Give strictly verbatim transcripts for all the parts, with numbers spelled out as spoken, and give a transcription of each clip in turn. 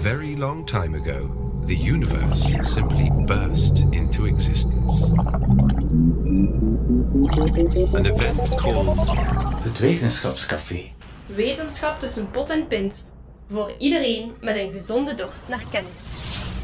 very long time ago, the universe simply burst into existence. An event called het Wetenschapscafé. Wetenschap tussen pot en pint. Voor iedereen met een gezonde dorst naar kennis.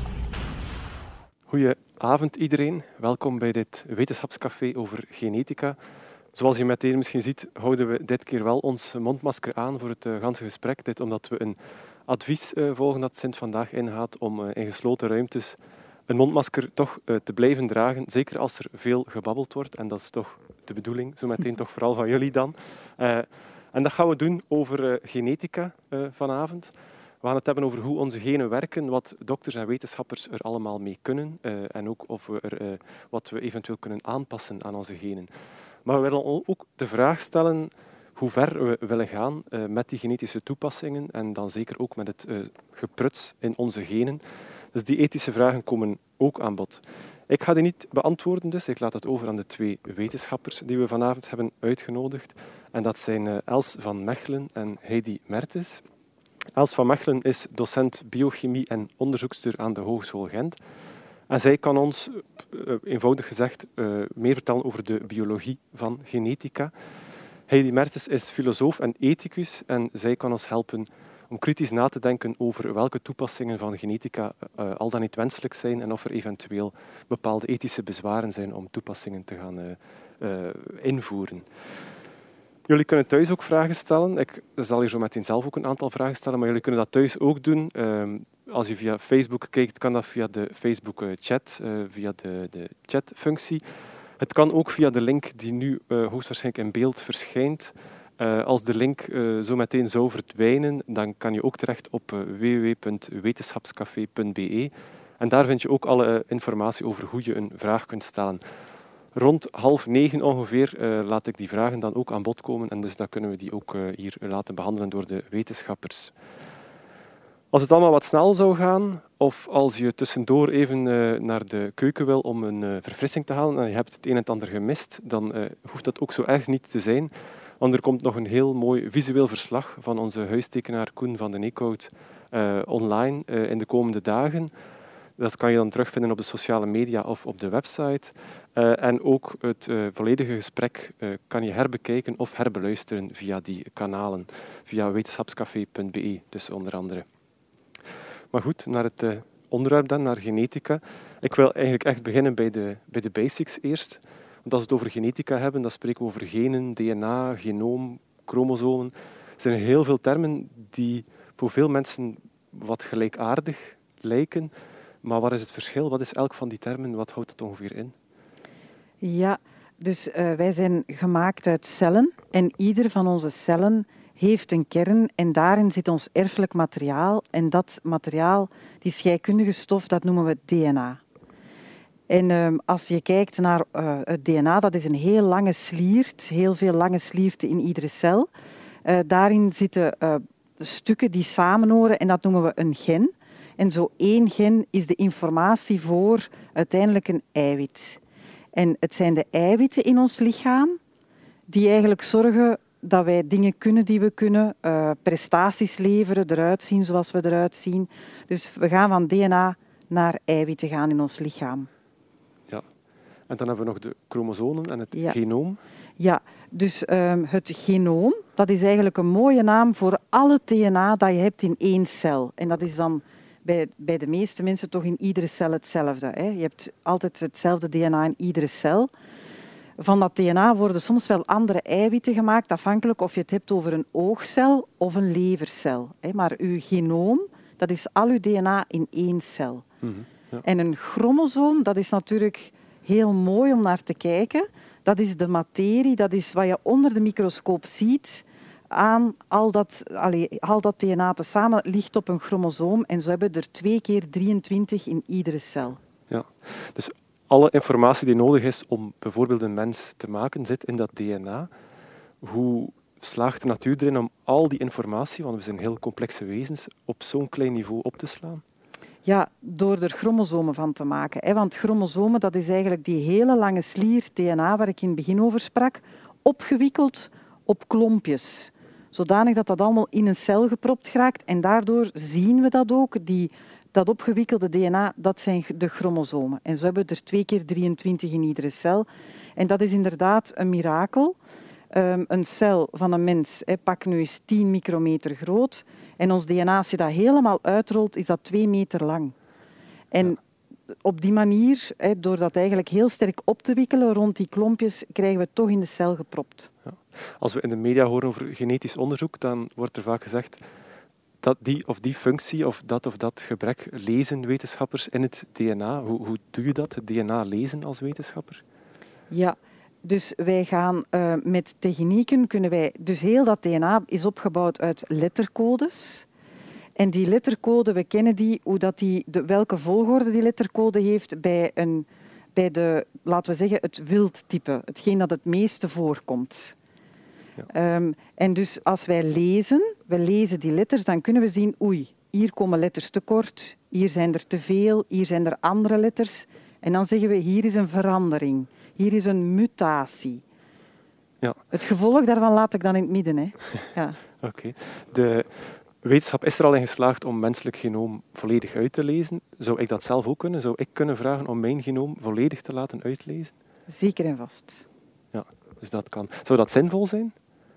Goedenavond iedereen. Welkom bij dit Wetenschapscafé over genetica. Zoals je meteen misschien ziet, houden we dit keer wel ons mondmasker aan voor het uh, ganse gesprek. Dit omdat we een advies uh, volgen dat Sint vandaag ingaat om uh, in gesloten ruimtes een mondmasker toch uh, te blijven dragen. Zeker als er veel gebabbeld wordt. En dat is toch de bedoeling, zo meteen toch vooral van jullie dan. Uh, en dat gaan we doen over uh, genetica uh, vanavond. We gaan het hebben over hoe onze genen werken, wat dokters en wetenschappers er allemaal mee kunnen uh, en ook of we er, uh, wat we eventueel kunnen aanpassen aan onze genen. Maar we willen ook de vraag stellen hoe ver we willen gaan uh, met die genetische toepassingen en dan zeker ook met het uh, gepruts in onze genen. Dus die ethische vragen komen ook aan bod. Ik ga die niet beantwoorden, dus ik laat het over aan de twee wetenschappers die we vanavond hebben uitgenodigd. En dat zijn uh, Els van Mechelen en Heidi Mertens. Els van Mechelen is docent biochemie en onderzoekster aan de Hogeschool Gent. En zij kan ons, eenvoudig gezegd, meer vertellen over de biologie van genetica. Heidi Mertens is filosoof en ethicus en zij kan ons helpen om kritisch na te denken over welke toepassingen van genetica al dan niet wenselijk zijn en of er eventueel bepaalde ethische bezwaren zijn om toepassingen te gaan uh, uh, invoeren. Jullie kunnen thuis ook vragen stellen. Ik zal hier zo meteen zelf ook een aantal vragen stellen, maar jullie kunnen dat thuis ook doen. Um, als je via Facebook kijkt, kan dat via de Facebook-chat, uh, via de, de chatfunctie. Het kan ook via de link die nu uh, hoogstwaarschijnlijk in beeld verschijnt. Uh, als de link uh, zo meteen zou verdwijnen, dan kan je ook terecht op uh, w w w punt wetenschapscafé punt b e. En daar vind je ook alle uh, informatie over hoe je een vraag kunt stellen. Rond half negen ongeveer uh, laat ik die vragen dan ook aan bod komen en dus dan kunnen we die ook uh, hier laten behandelen door de wetenschappers. Als het allemaal wat snel zou gaan, of als je tussendoor even uh, naar de keuken wil om een uh, verfrissing te halen en je hebt het een en het ander gemist, dan uh, hoeft dat ook zo erg niet te zijn. Want er komt nog een heel mooi visueel verslag van onze huistekenaar Koen van den Eekhout uh, online uh, in de komende dagen. Dat kan je dan terugvinden op de sociale media of op de website. Uh, en ook het uh, volledige gesprek uh, kan je herbekijken of herbeluisteren via die kanalen, via wetenschapscafé punt b e, dus onder andere. Maar goed, naar het uh, onderwerp dan, naar genetica. Ik wil eigenlijk echt beginnen bij de, bij de basics eerst. Want als we het over genetica hebben, dan spreken we over genen, D N A, genoom, chromosomen. Er zijn heel veel termen die voor veel mensen wat gelijkaardig lijken. Maar wat is het verschil? Wat is elk van die termen? Wat houdt het ongeveer in? Ja, dus uh, wij zijn gemaakt uit cellen en ieder van onze cellen heeft een kern en daarin zit ons erfelijk materiaal. En dat materiaal, die scheikundige stof, dat noemen we D N A. En uh, als je kijkt naar uh, het D N A, dat is een heel lange sliert, heel veel lange slierten in iedere cel. Uh, daarin zitten uh, stukken die samenhoren en dat noemen we een gen. En zo één gen is de informatie voor uiteindelijk een eiwit. En het zijn de eiwitten in ons lichaam die eigenlijk zorgen dat wij dingen kunnen die we kunnen, uh, prestaties leveren, eruit zien zoals we eruit zien. Dus we gaan van D N A naar eiwitten gaan in ons lichaam. Ja, en dan hebben we nog de chromosomen en het ja. genoom. Ja, dus um, het genoom, dat is eigenlijk een mooie naam voor alle D N A dat je hebt in één cel. En dat is dan bij, bij de meeste mensen toch in iedere cel hetzelfde. Hè? Je hebt altijd hetzelfde D N A in iedere cel. Van dat D N A worden soms wel andere eiwitten gemaakt, afhankelijk of je het hebt over een oogcel of een levercel. Hè? Maar uw genoom, dat is al uw D N A in één cel. Mm-hmm, ja. En een chromosoom, dat is natuurlijk heel mooi om naar te kijken. Dat is de materie, dat is wat je onder de microscoop ziet aan al dat, allee, al dat D N A tezamen ligt op een chromosoom. En zo hebben we er twee keer drieëntwintig in iedere cel. Ja, dus alle informatie die nodig is om bijvoorbeeld een mens te maken, zit in dat D N A. Hoe slaagt de natuur erin om al die informatie, want we zijn heel complexe wezens, op zo'n klein niveau op te slaan? Ja, door er chromosomen van te maken. Hè? Want chromosomen, dat is eigenlijk die hele lange slier D N A waar ik in het begin over sprak, opgewikkeld op klompjes. zodanig dat dat allemaal in een cel gepropt geraakt. En daardoor zien we dat ook, die, dat opgewikkelde D N A, dat zijn de chromosomen. En zo hebben we er twee keer drieëntwintig in iedere cel. En dat is inderdaad een mirakel. Um, een cel van een mens, hè, pak nu eens tien micrometer groot. En ons D N A, als je dat helemaal uitrolt, is dat twee meter lang. En ja. Op die manier, hè, door dat eigenlijk heel sterk op te wikkelen rond die klompjes, krijgen we het toch in de cel gepropt. Ja. Als we in de media horen over genetisch onderzoek, dan wordt er vaak gezegd dat die of die functie of dat of dat gebrek lezen wetenschappers in het D N A. Hoe, hoe doe je dat, het D N A lezen als wetenschapper? Ja, dus wij gaan uh, met technieken kunnen wij... Dus heel dat D N A is opgebouwd uit lettercodes. En die lettercode, we kennen die, hoe dat die, de, welke volgorde die lettercode heeft bij, een, bij de, laten we zeggen, het wildtype. Hetgeen dat het meeste voorkomt. Ja. Um, en dus als wij lezen, we lezen die letters, dan kunnen we zien, oei, hier komen letters tekort, hier zijn er te veel, hier zijn er andere letters. En dan zeggen we, hier is een verandering, hier is een mutatie. Ja. Het gevolg daarvan laat ik dan in het midden. Hè. Ja. Oké. Okay. De wetenschap is er al in geslaagd om menselijk genoom volledig uit te lezen. Zou ik dat zelf ook kunnen? Zou ik kunnen vragen om mijn genoom volledig te laten uitlezen? Zeker en vast. Ja, dus dat kan. Zou dat zinvol zijn?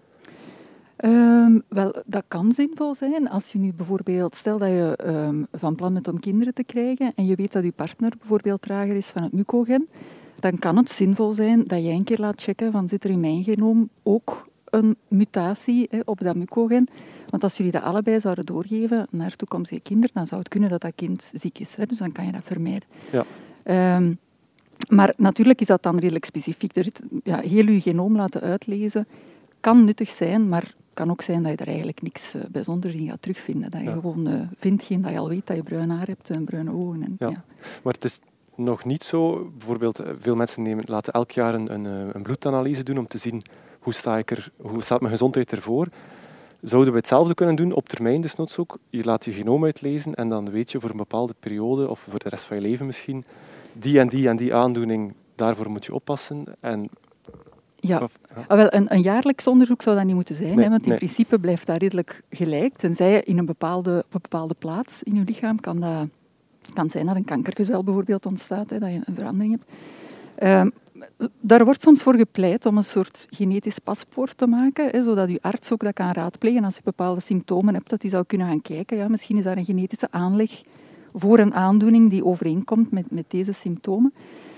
Um, wel, dat kan zinvol zijn. Als je nu bijvoorbeeld, stel dat je um, van plan bent om kinderen te krijgen en je weet dat je partner bijvoorbeeld drager is van het mucogen, dan kan het zinvol zijn dat jij een keer laat checken van zit er in mijn genoom ook een mutatie hè, op dat mucogen. Want als jullie dat allebei zouden doorgeven naar toekomstige kinderen, dan zou het kunnen dat dat kind ziek is. Hè, dus dan kan je dat vermijden. Ja. Um, maar natuurlijk is dat dan redelijk specifiek. Er, ja, heel je genoom laten uitlezen kan nuttig zijn, maar het kan ook zijn dat je er eigenlijk niks uh, bijzonders in gaat terugvinden. Dat je ja. gewoon uh, vindt geen dat je al weet dat je bruin haar hebt en bruine ogen. En, ja. Ja. Maar het is nog niet zo. Bijvoorbeeld, veel mensen nemen, laten elk jaar een, een, een bloedanalyse doen om te zien hoe, sta ik er, hoe staat mijn gezondheid ervoor. Zouden we hetzelfde kunnen doen op termijn desnoods ook? Je laat je genoom uitlezen en dan weet je voor een bepaalde periode of voor de rest van je leven misschien die en die en die aandoening, daarvoor moet je oppassen. En Ja, of, ja. Ah, wel, een, een jaarlijks onderzoek zou dat niet moeten zijn, nee, hè, want in nee. principe blijft dat redelijk gelijk. Tenzij in een bepaalde, op een bepaalde plaats in je lichaam kan dat kan zijn dat een kankergezwel bijvoorbeeld ontstaat, hè, dat je een verandering hebt. Um, daar wordt soms voor gepleit om een soort genetisch paspoort te maken, hè, zodat je arts ook dat kan raadplegen als je bepaalde symptomen hebt, dat hij zou kunnen gaan kijken. Ja, misschien is daar een genetische aanleg voor een aandoening die overeenkomt met, met deze symptomen.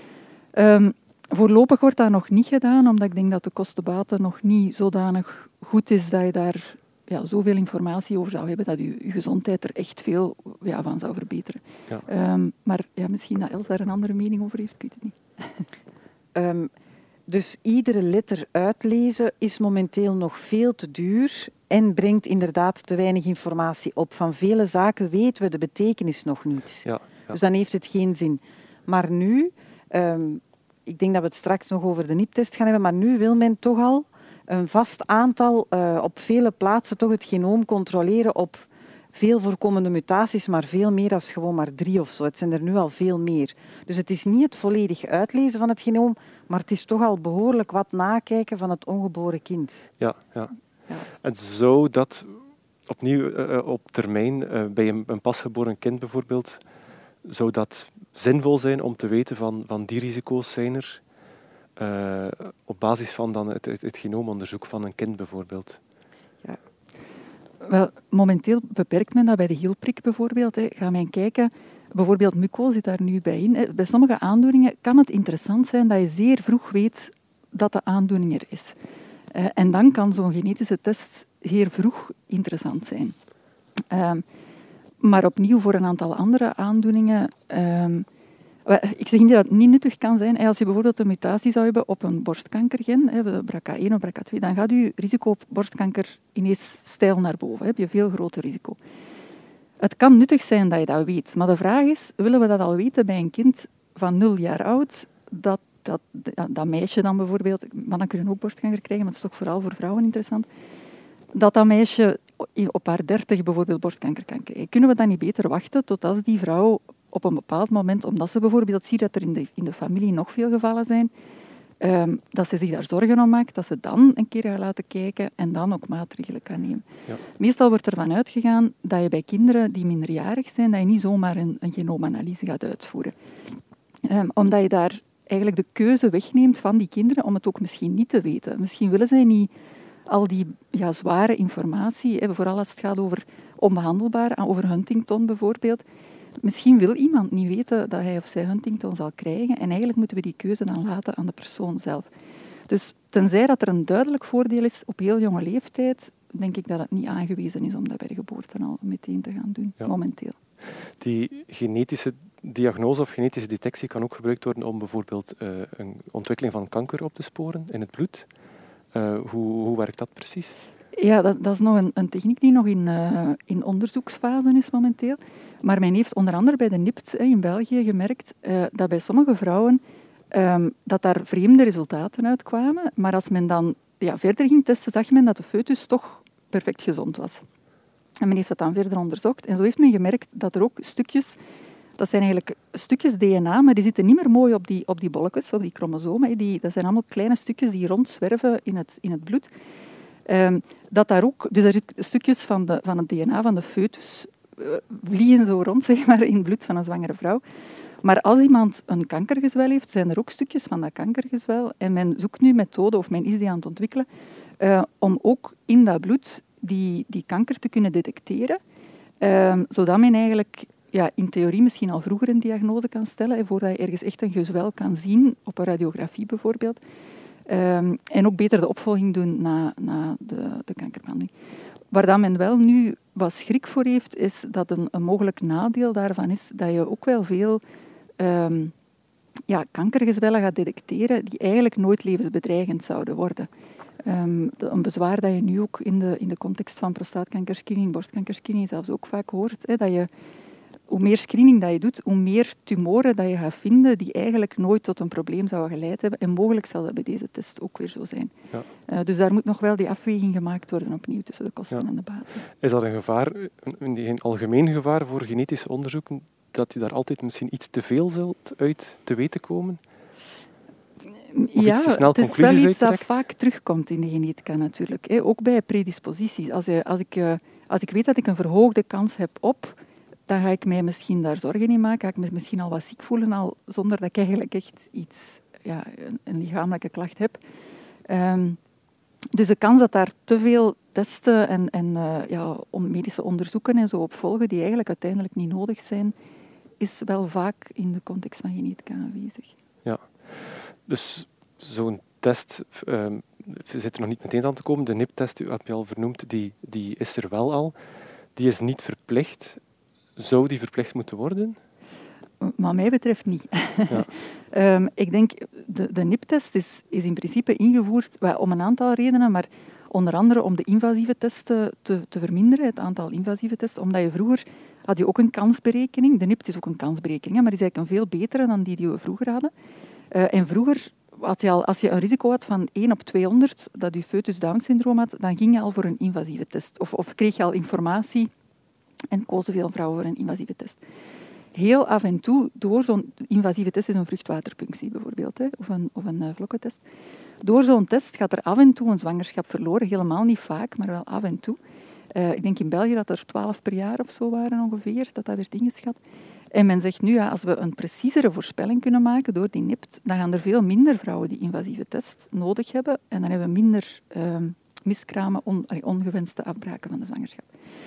Um, Voorlopig wordt dat nog niet gedaan, omdat ik denk dat de kostenbaten nog niet zodanig goed is dat je daar ja, zoveel informatie over zou hebben dat je, je gezondheid er echt veel ja, van zou verbeteren. Ja. Um, maar ja, misschien dat Els daar een andere mening over heeft, ik weet het niet. Um, dus iedere letter uitlezen is momenteel nog veel te duur en brengt inderdaad te weinig informatie op. Van vele zaken weten we de betekenis nog niet. Ja, ja. Dus dan heeft het geen zin. Maar nu... Um, Ik denk dat we het straks nog over de N I P-test gaan hebben, maar nu wil men toch al een vast aantal, uh, op vele plaatsen toch het genoom controleren op veel voorkomende mutaties, maar veel meer dan gewoon maar drie of zo. Het zijn er nu al veel meer. Dus het is niet het volledig uitlezen van het genoom, maar het is toch al behoorlijk wat nakijken van het ongeboren kind. Ja, ja. ja. En zou dat opnieuw uh, op termijn, uh, bij een, een pasgeboren kind bijvoorbeeld, zou dat zinvol zijn om te weten van, van die risico's zijn er uh, op basis van dan het, het, het genoomonderzoek van een kind bijvoorbeeld? Ja. Wel, momenteel beperkt men dat bij de hielprik bijvoorbeeld. Hè. Ga men kijken, bijvoorbeeld muco zit daar nu bij in. Hè. Bij sommige aandoeningen kan het interessant zijn dat je zeer vroeg weet dat de aandoening er is. Uh, en dan kan zo'n genetische test zeer vroeg interessant zijn. Uh, Maar opnieuw voor een aantal andere aandoeningen. Um, ik zeg niet dat het niet nuttig kan zijn. Als je bijvoorbeeld een mutatie zou hebben op een borstkankergen, B R C A één of B R C A twee, dan gaat je risico op borstkanker ineens steil naar boven. Heb je een veel groter risico. Het kan nuttig zijn dat je dat weet. Maar de vraag is, willen we dat al weten bij een kind van nul jaar oud? Dat, dat, dat meisje dan bijvoorbeeld, mannen kunnen ook borstkanker krijgen, maar het is toch vooral voor vrouwen interessant. Dat dat meisje op haar dertig bijvoorbeeld borstkanker kan krijgen. Kunnen we dan niet beter wachten tot als die vrouw op een bepaald moment, omdat ze bijvoorbeeld ziet dat er in de, in de familie nog veel gevallen zijn, Um, dat ze zich daar zorgen om maakt, dat ze dan een keer gaat laten kijken en dan ook maatregelen kan nemen. Ja. Meestal wordt ervan uitgegaan dat je bij kinderen die minderjarig zijn, dat je niet zomaar een, een genoomanalyse gaat uitvoeren. Um, omdat je daar eigenlijk de keuze wegneemt van die kinderen om het ook misschien niet te weten. Misschien willen zij niet al die ja, zware informatie, hè, vooral als het gaat over onbehandelbaar, over Huntington bijvoorbeeld. Misschien wil iemand niet weten dat hij of zij Huntington zal krijgen en eigenlijk moeten we die keuze dan laten aan de persoon zelf. Dus tenzij dat er een duidelijk voordeel is op heel jonge leeftijd, denk ik dat het niet aangewezen is om dat bij de geboorte al meteen te gaan doen, ja. momenteel. Die genetische diagnose of genetische detectie kan ook gebruikt worden om bijvoorbeeld uh, een ontwikkeling van kanker op te sporen in het bloed. Uh, hoe, hoe werkt dat precies? Ja, dat, dat is nog een, een techniek die nog in, uh, in onderzoeksfase is momenteel. Maar men heeft onder andere bij de N I P T in België gemerkt uh, dat bij sommige vrouwen um, dat daar vreemde resultaten uitkwamen. Maar als men dan ja, verder ging testen, zag men dat de foetus toch perfect gezond was. En men heeft dat dan verder onderzocht. En zo heeft men gemerkt dat er ook stukjes... Dat zijn eigenlijk stukjes D N A, maar die zitten niet meer mooi op die, op die bolletjes, op die chromosomen. Die, dat zijn allemaal kleine stukjes die rondzwerven in het, in het bloed. Um, dat daar ook, dus er zitten stukjes van, de, van het D N A van de foetus uh, vliegen zo rond zeg maar, in het bloed van een zwangere vrouw. Maar als iemand een kankergezwel heeft, zijn er ook stukjes van dat kankergezwel. En men zoekt nu methoden, of men is die aan het ontwikkelen, uh, om ook in dat bloed die, die kanker te kunnen detecteren. Um, zodat men eigenlijk ja, in theorie misschien al vroeger een diagnose kan stellen, hè, voordat je ergens echt een gezwel kan zien, op een radiografie bijvoorbeeld. Um, en ook beter de opvolging doen na, na de, de kankerbehandeling. Waar dat men wel nu wat schrik voor heeft, is dat een, een mogelijk nadeel daarvan is dat je ook wel veel um, ja, kankergezwellen gaat detecteren die eigenlijk nooit levensbedreigend zouden worden. Um, de, een bezwaar dat je nu ook in de, in de context van prostaatkankerscreening, borstkankerscreening zelfs ook vaak hoort, hè, dat je hoe meer screening dat je doet, hoe meer tumoren dat je gaat vinden die eigenlijk nooit tot een probleem zouden geleid hebben. En mogelijk zal dat bij deze test ook weer zo zijn. Ja. Uh, dus daar moet nog wel die afweging gemaakt worden opnieuw tussen de kosten ja. en de baten. Is dat een gevaar, een, een algemeen gevaar voor genetische onderzoeken, dat je daar altijd misschien iets te veel zult uit te weten komen? Of ja, het is wel iets dat vaak terugkomt in de genetica natuurlijk. Hè. Ook bij predisposities. Als, je, als, ik, uh, als ik weet dat ik een verhoogde kans heb op... dan ga ik mij misschien daar zorgen in maken. Ga ik me misschien al wat ziek voelen, al, zonder dat ik eigenlijk echt iets, ja, een, een lichamelijke klacht heb. Um, dus de kans dat daar te veel testen en, en uh, ja, medische onderzoeken en zo op volgen, die eigenlijk uiteindelijk niet nodig zijn, is wel vaak in de context van genetica aanwezig. Ja, dus zo'n test um, zit er nog niet meteen aan te komen. De N I P T-test, u had je al vernoemd, die, die is er wel al. Die is niet verplicht. Zou die verplicht moeten worden? Wat mij betreft niet. Ja. um, ik denk, de, de N I P-test is, is in principe ingevoerd well, om een aantal redenen, maar onder andere om de invasieve testen te, te verminderen, het aantal invasieve testen, omdat je vroeger had je ook een kansberekening. De N I P T is ook een kansberekening, hè, maar die is eigenlijk een veel betere dan die die we vroeger hadden. Uh, en vroeger, had je al, als je een risico had van één op tweehonderd dat je foetus Down-syndroom had, dan ging je al voor een invasieve test. Of, of kreeg je al informatie en kozen veel vrouwen voor een invasieve test. Heel af en toe, door zo'n invasieve test is een vruchtwaterpunctie bijvoorbeeld, hè, of een, of een uh, vlokkentest. Door zo'n test gaat er af en toe een zwangerschap verloren. Helemaal niet vaak, maar wel af en toe. Uh, ik denk in België dat er twaalf per jaar of zo waren ongeveer, dat dat werd ingeschat. En men zegt nu, ja, als we een preciezere voorspelling kunnen maken door die N I P T, dan gaan er veel minder vrouwen die invasieve test nodig hebben. En dan hebben we minder uh, miskramen, on, allee, ongewenste afbraken van de zwangerschap.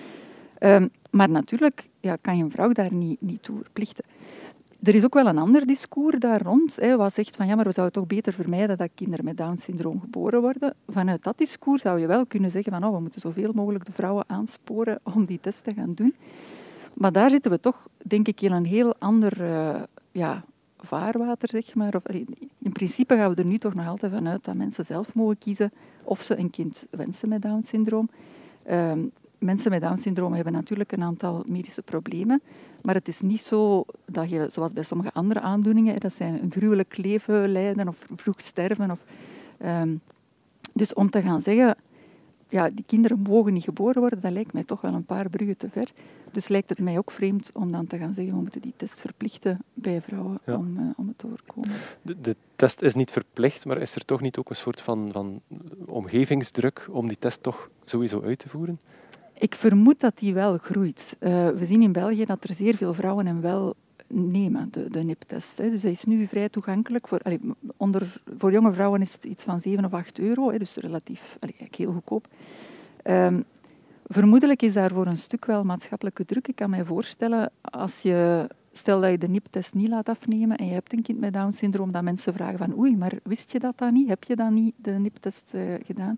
Um, maar natuurlijk ja, kan je een vrouw daar niet, niet toe verplichten. Er is ook wel een ander discours daar rond, hè, wat zegt van ja, maar we zouden toch beter vermijden dat kinderen met Down-syndroom geboren worden. Vanuit dat discours zou je wel kunnen zeggen van oh, we moeten zoveel mogelijk de vrouwen aansporen om die test te gaan doen. Maar daar zitten we toch, denk ik, in een heel ander uh, ja, vaarwater, zeg maar. Of, in principe gaan we er nu toch nog altijd vanuit dat mensen zelf mogen kiezen of ze een kind wensen met Down-syndroom. Um, Mensen met Down-syndroom hebben natuurlijk een aantal medische problemen, maar het is niet zo dat je, zoals bij sommige andere aandoeningen, dat zij een gruwelijk leven leiden of vroeg sterven. Of, um, dus om te gaan zeggen, ja, die kinderen mogen niet geboren worden, dat lijkt mij toch wel een paar bruggen te ver. Dus lijkt het mij ook vreemd om dan te gaan zeggen, we moeten die test verplichten bij vrouwen ja. om, uh, om het te voorkomen. De, de test is niet verplicht, maar is er toch niet ook een soort van, van omgevingsdruk om die test toch sowieso uit te voeren? Ik vermoed dat die wel groeit. Uh, we zien in België dat er zeer veel vrouwen hem wel nemen, de, de N I P-test. Hè. Dus hij is nu vrij toegankelijk. Voor, allee, onder, voor jonge vrouwen is het iets van zeven of acht euro, hè, dus relatief allee, heel goedkoop. Um, vermoedelijk is daar voor een stuk wel maatschappelijke druk. Ik kan mij voorstellen, als je, stel dat je de N I P-test niet laat afnemen en je hebt een kind met Down-syndroom, dat mensen vragen van oei, maar wist je dat dan niet? Heb je dan niet de N I P-test uh, gedaan?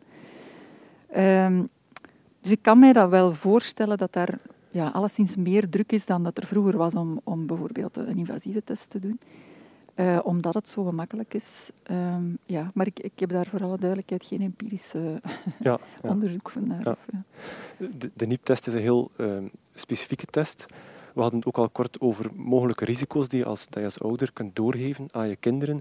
Um, dus ik kan mij dat wel voorstellen dat daar ja, alleszins meer druk is dan dat er vroeger was om, om bijvoorbeeld een invasieve test te doen. Uh, omdat het zo gemakkelijk is. Um, ja, maar ik, ik heb daar voor alle duidelijkheid geen empirisch uh, ja, ja. onderzoek van naar. Ja. Ja. De, de N I P-test is een heel uh, specifieke test. We hadden het ook al kort over mogelijke risico's die je als, dat je als ouder kunt doorgeven aan je kinderen.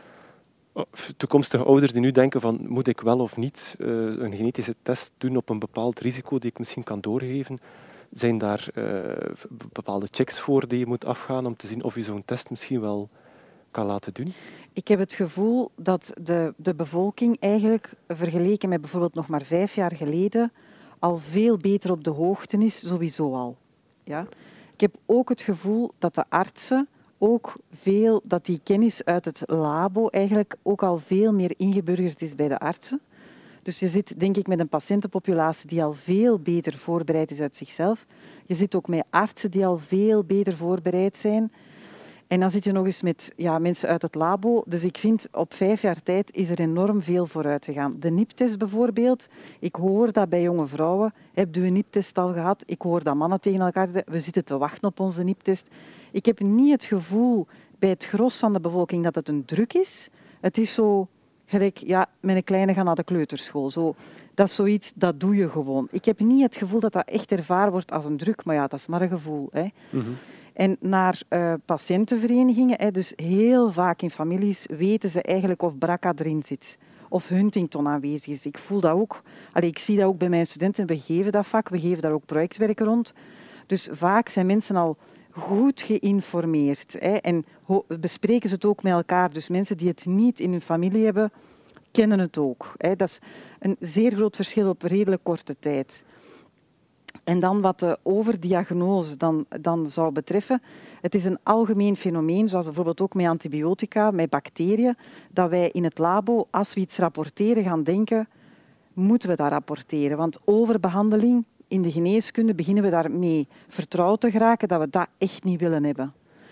Toekomstige ouders die nu denken van moet ik wel of niet uh, een genetische test doen op een bepaald risico die ik misschien kan doorgeven. Zijn daar uh, bepaalde checks voor die je moet afgaan om te zien of je zo'n test misschien wel kan laten doen? Ik heb het gevoel dat de, de bevolking eigenlijk vergeleken met bijvoorbeeld nog maar vijf jaar geleden al veel beter op de hoogte is, sowieso al. Ja? Ik heb ook het gevoel dat de artsen ook veel, dat die kennis uit het labo eigenlijk ook al veel meer ingeburgerd is bij de artsen. Dus je zit, denk ik, met een patiëntenpopulatie die al veel beter voorbereid is uit zichzelf. Je zit ook met artsen die al veel beter voorbereid zijn. En dan zit je nog eens met ja, mensen uit het labo. Dus ik vind, op vijf jaar tijd is er enorm veel vooruit gegaan. De N I P-test bijvoorbeeld. Ik hoor dat bij jonge vrouwen. Heb je een N I P-test al gehad? Ik hoor dat mannen tegen elkaar zeggen, we zitten te wachten op onze N I P-test. Ik heb niet het gevoel bij het gros van de bevolking dat het een druk is. Het is zo, gelijk, ja, mijn kleine gaat naar de kleuterschool. Zo, dat is zoiets, dat doe je gewoon. Ik heb niet het gevoel dat dat echt ervaren wordt als een druk, maar ja, dat is maar een gevoel. Hè. Mm-hmm. En naar uh, patiëntenverenigingen, hè, dus heel vaak in families weten ze eigenlijk of B R C A erin zit. Of Huntington aanwezig is. Ik voel dat ook. Allee, ik zie dat ook bij mijn studenten. We geven dat vak, we geven daar ook projectwerk rond. Dus vaak zijn mensen al goed geïnformeerd. Hè, en ho- bespreken ze het ook met elkaar. Dus mensen die het niet in hun familie hebben, kennen het ook. Hè. Dat is een zeer groot verschil op redelijk korte tijd. En dan wat de overdiagnose dan, dan zou betreffen. Het is een algemeen fenomeen, zoals bijvoorbeeld ook met antibiotica, met bacteriën, dat wij in het labo, als we iets rapporteren, gaan denken, moeten we dat rapporteren? Want overbehandeling in de geneeskunde beginnen we daarmee vertrouwd te geraken dat we dat echt niet willen hebben.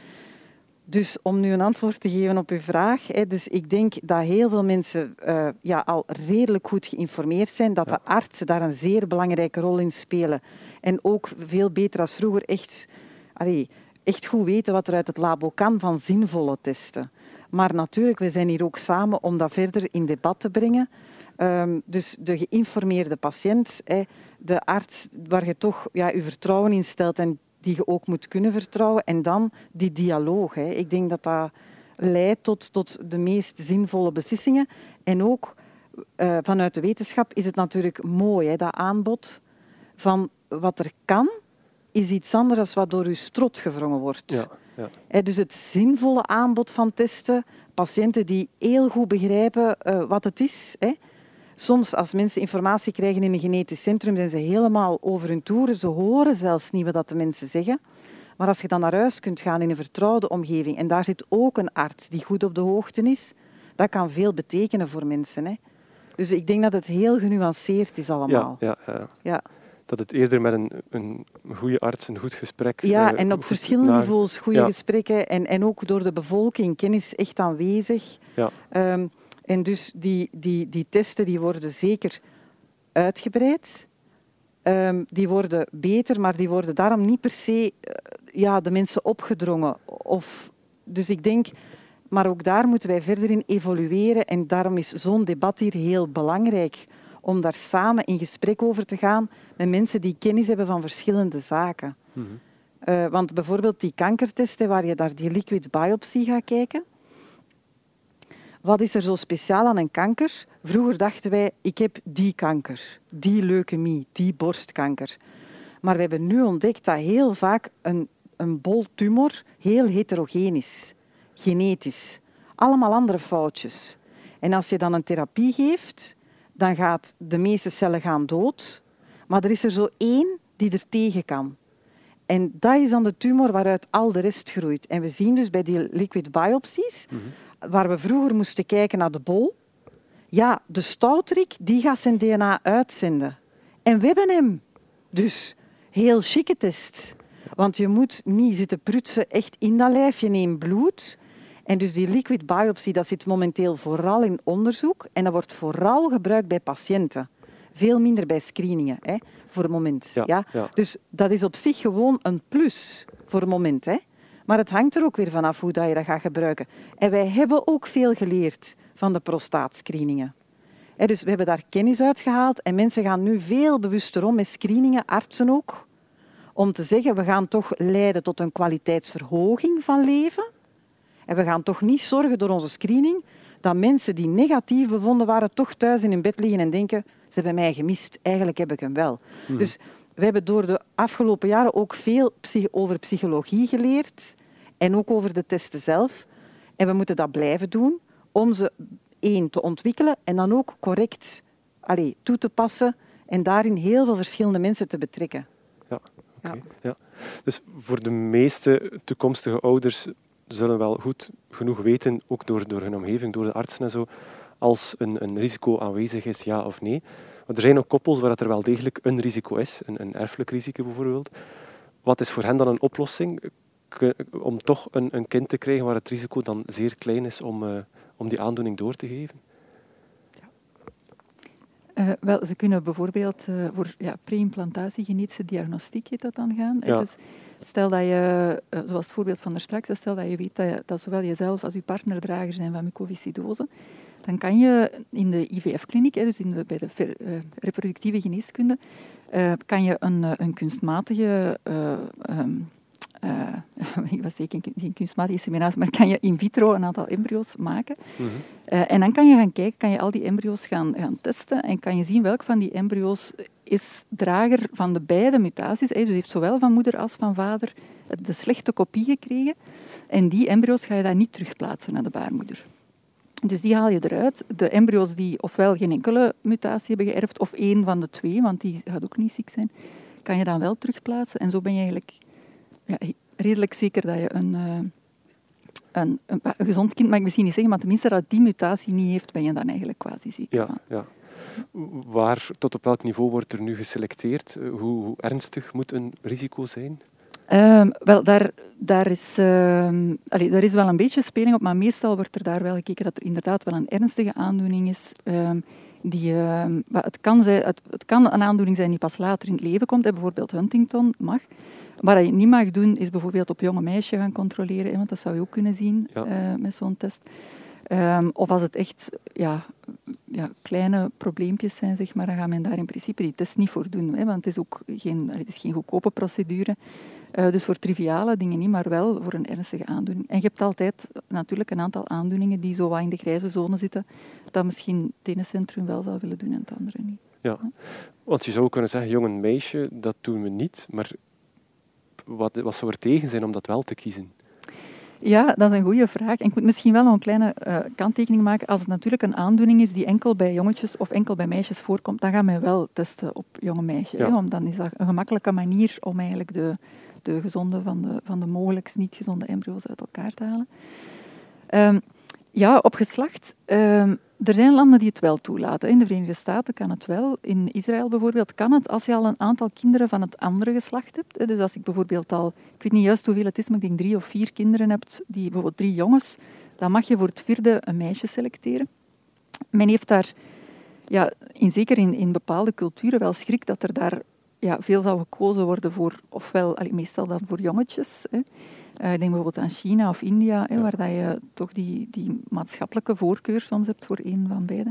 Dus om nu een antwoord te geven op uw vraag. Hè, dus ik denk dat heel veel mensen uh, ja, al redelijk goed geïnformeerd zijn, dat ja. de artsen daar een zeer belangrijke rol in spelen. En ook veel beter als vroeger echt, allee, echt goed weten wat er uit het labo kan van zinvolle testen. Maar natuurlijk, we zijn hier ook samen om dat verder in debat te brengen. Um, dus de geïnformeerde patiënt, hè, de arts waar je toch ja, je vertrouwen in stelt en die je ook moet kunnen vertrouwen. En dan die dialoog. Hè. Ik denk dat dat leidt tot, tot de meest zinvolle beslissingen. En ook uh, vanuit de wetenschap is het natuurlijk mooi, hè, dat aanbod van wat er kan, is iets anders dan wat door je strot gewrongen wordt. Ja, ja. Hè, dus het zinvolle aanbod van testen, patiënten die heel goed begrijpen uh, wat het is. Hè. Soms, als mensen informatie krijgen in een genetisch centrum, zijn ze helemaal over hun toeren. Ze horen zelfs niet wat de mensen zeggen. Maar als je dan naar huis kunt gaan in een vertrouwde omgeving, en daar zit ook een arts die goed op de hoogte is, dat kan veel betekenen voor mensen. Hè. Dus ik denk dat het heel genuanceerd is allemaal. Ja, ja, ja. Ja. Dat het eerder met een, een goede arts een goed gesprek... Ja, uh, en op verschillende naar... niveaus goede ja. gesprekken. En, en ook door de bevolking, kennis echt aanwezig. Ja. Um, En dus die, die, die testen die worden zeker uitgebreid. Um, die worden beter, maar die worden daarom niet per se uh, ja, de mensen opgedrongen. Of, dus ik denk, maar ook daar moeten wij verder in evolueren. En daarom is zo'n debat hier heel belangrijk. Om daar samen in gesprek over te gaan met mensen die kennis hebben van verschillende zaken. Mm-hmm. Uh, want bijvoorbeeld die kankertesten, waar je naar die liquid biopsy gaat kijken. wat is er zo speciaal aan een kanker? Vroeger dachten wij, ik heb die kanker, die leukemie, die borstkanker. Maar we hebben nu ontdekt dat heel vaak een, een bol tumor heel heterogeen is, genetisch. Allemaal andere foutjes. En als je dan een therapie geeft, dan gaat de meeste cellen gaan dood. Maar er is er zo één die er tegen kan. En dat is dan de tumor waaruit al de rest groeit. En we zien dus bij die liquid biopsies, mm-hmm. waar we vroeger moesten kijken naar de bol, ja, de stoutrik die gaat zijn D N A uitzenden. En we hebben hem. Dus heel chique test. Want je moet niet zitten prutsen echt in dat lijf, je neemt bloed. En dus die liquid biopsy, dat zit momenteel vooral in onderzoek en dat wordt vooral gebruikt bij patiënten. Veel minder bij screeningen, hè, voor het moment. Ja, ja? Ja. Dus dat is op zich gewoon een plus voor het moment. Hè. Maar het hangt er ook weer vanaf hoe dat je dat gaat gebruiken. En wij hebben ook veel geleerd van de prostaatscreeningen. Hè, dus we hebben daar kennis uit gehaald en mensen gaan nu veel bewuster om met screeningen, artsen ook, om te zeggen, we gaan toch leiden tot een kwaliteitsverhoging van leven. En we gaan toch niet zorgen door onze screening dat mensen die negatief bevonden waren toch thuis in hun bed liggen en denken, ze hebben mij gemist, eigenlijk heb ik hem wel. Hmm. Dus we hebben door de afgelopen jaren ook veel psych- over psychologie geleerd en ook over de testen zelf. En we moeten dat blijven doen om ze één te ontwikkelen en dan ook correct allee, toe te passen en daarin heel veel verschillende mensen te betrekken. Ja, okay. ja. Ja. Dus voor de meeste toekomstige ouders zullen wel goed genoeg weten, ook door, door hun omgeving, door de artsen en zo, als een, een risico aanwezig is, ja of nee. Want er zijn ook koppels waar er wel degelijk een risico is, een, een erfelijk risico bijvoorbeeld. Wat is voor hen dan een oplossing om toch een, een kind te krijgen waar het risico dan zeer klein is om, uh, om die aandoening door te geven? Uh, wel, ze kunnen bijvoorbeeld uh, voor ja, pre-implantatie genetische diagnostiek heet dat dan gaan. Ja. Dus stel dat je, uh, zoals het voorbeeld van daarstraks, stel dat je weet dat, je, dat zowel jezelf als je partner drager zijn van mucoviscidose, dan kan je in de I V F-kliniek, dus in de, bij de ver, uh, reproductieve geneeskunde, uh, kan je een, een kunstmatige... Uh, um, Uh, ik was zeker geen kunstmatige inseminatie, maar kan je in vitro een aantal embryo's maken. Mm-hmm. Uh, en dan kan je gaan kijken, kan je al die embryo's gaan, gaan testen en kan je zien welk van die embryo's is drager van de beide mutaties. Dus heeft zowel van moeder als van vader de slechte kopie gekregen. En die embryo's ga je daar niet terugplaatsen naar de baarmoeder. Dus die haal je eruit. De embryo's die ofwel geen enkele mutatie hebben geërfd, of één van de twee, want die gaat ook niet ziek zijn, kan je dan wel terugplaatsen. En zo ben je eigenlijk... Ja, redelijk zeker dat je een, uh, een, een, een gezond kind, mag ik misschien niet zeggen, maar tenminste dat die mutatie niet heeft, ben je dan eigenlijk quasi zeker ja, van. Ja. Waar, tot op welk niveau wordt er nu geselecteerd? Hoe, hoe ernstig moet een risico zijn? Um, wel, daar, daar, is, uh, allee, daar is wel een beetje speling op, maar meestal wordt er daar wel gekeken dat er inderdaad wel een ernstige aandoening is. Um, die, uh, het, kan zijn, het, het kan een aandoening zijn die pas later in het leven komt, hè, bijvoorbeeld Huntington mag. Wat je niet mag doen, is bijvoorbeeld op jonge meisjes gaan controleren, hè, want dat zou je ook kunnen zien ja. uh, met zo'n test. Um, of als het echt ja, ja, kleine probleempjes zijn, zeg maar, dan gaat men daar in principe die test niet voor doen. Hè, want het is ook geen, het is geen goedkope procedure. Uh, dus voor triviale dingen niet, maar wel voor een ernstige aandoening. En je hebt altijd natuurlijk een aantal aandoeningen die zo wat in de grijze zone zitten, dat misschien het ene centrum wel zou willen doen en het andere niet. Ja, want je zou kunnen zeggen, jong en meisje, dat doen we niet, maar wat, wat zou er tegen zijn om dat wel te kiezen? Ja, dat is een goede vraag. En ik moet misschien wel nog een kleine uh, kanttekening maken. Als het natuurlijk een aandoening is die enkel bij jongetjes of enkel bij meisjes voorkomt, dan gaan we wel testen op jonge meisjes. Ja. Hè? Want dan is dat een gemakkelijke manier om eigenlijk de, de gezonde van de, van de mogelijk niet gezonde embryo's uit elkaar te halen. Um, ja, op geslacht. Um, er zijn landen die het wel toelaten. In de Verenigde Staten kan het wel. In Israël bijvoorbeeld kan het als je al een aantal kinderen van het andere geslacht hebt. Dus als ik bijvoorbeeld al, ik weet niet juist hoeveel het is, maar ik denk drie of vier kinderen hebt, die bijvoorbeeld drie jongens, dan mag je voor het vierde een meisje selecteren. Men heeft daar, ja, in, zeker in, in bepaalde culturen, wel schrik dat er daar ja, veel zou gekozen worden voor, ofwel, allee, meestal dan voor jongetjes, hè. Uh, ik denk bijvoorbeeld aan China of India, hè, ja. waar dat je toch die, die maatschappelijke voorkeur soms hebt voor één van beide.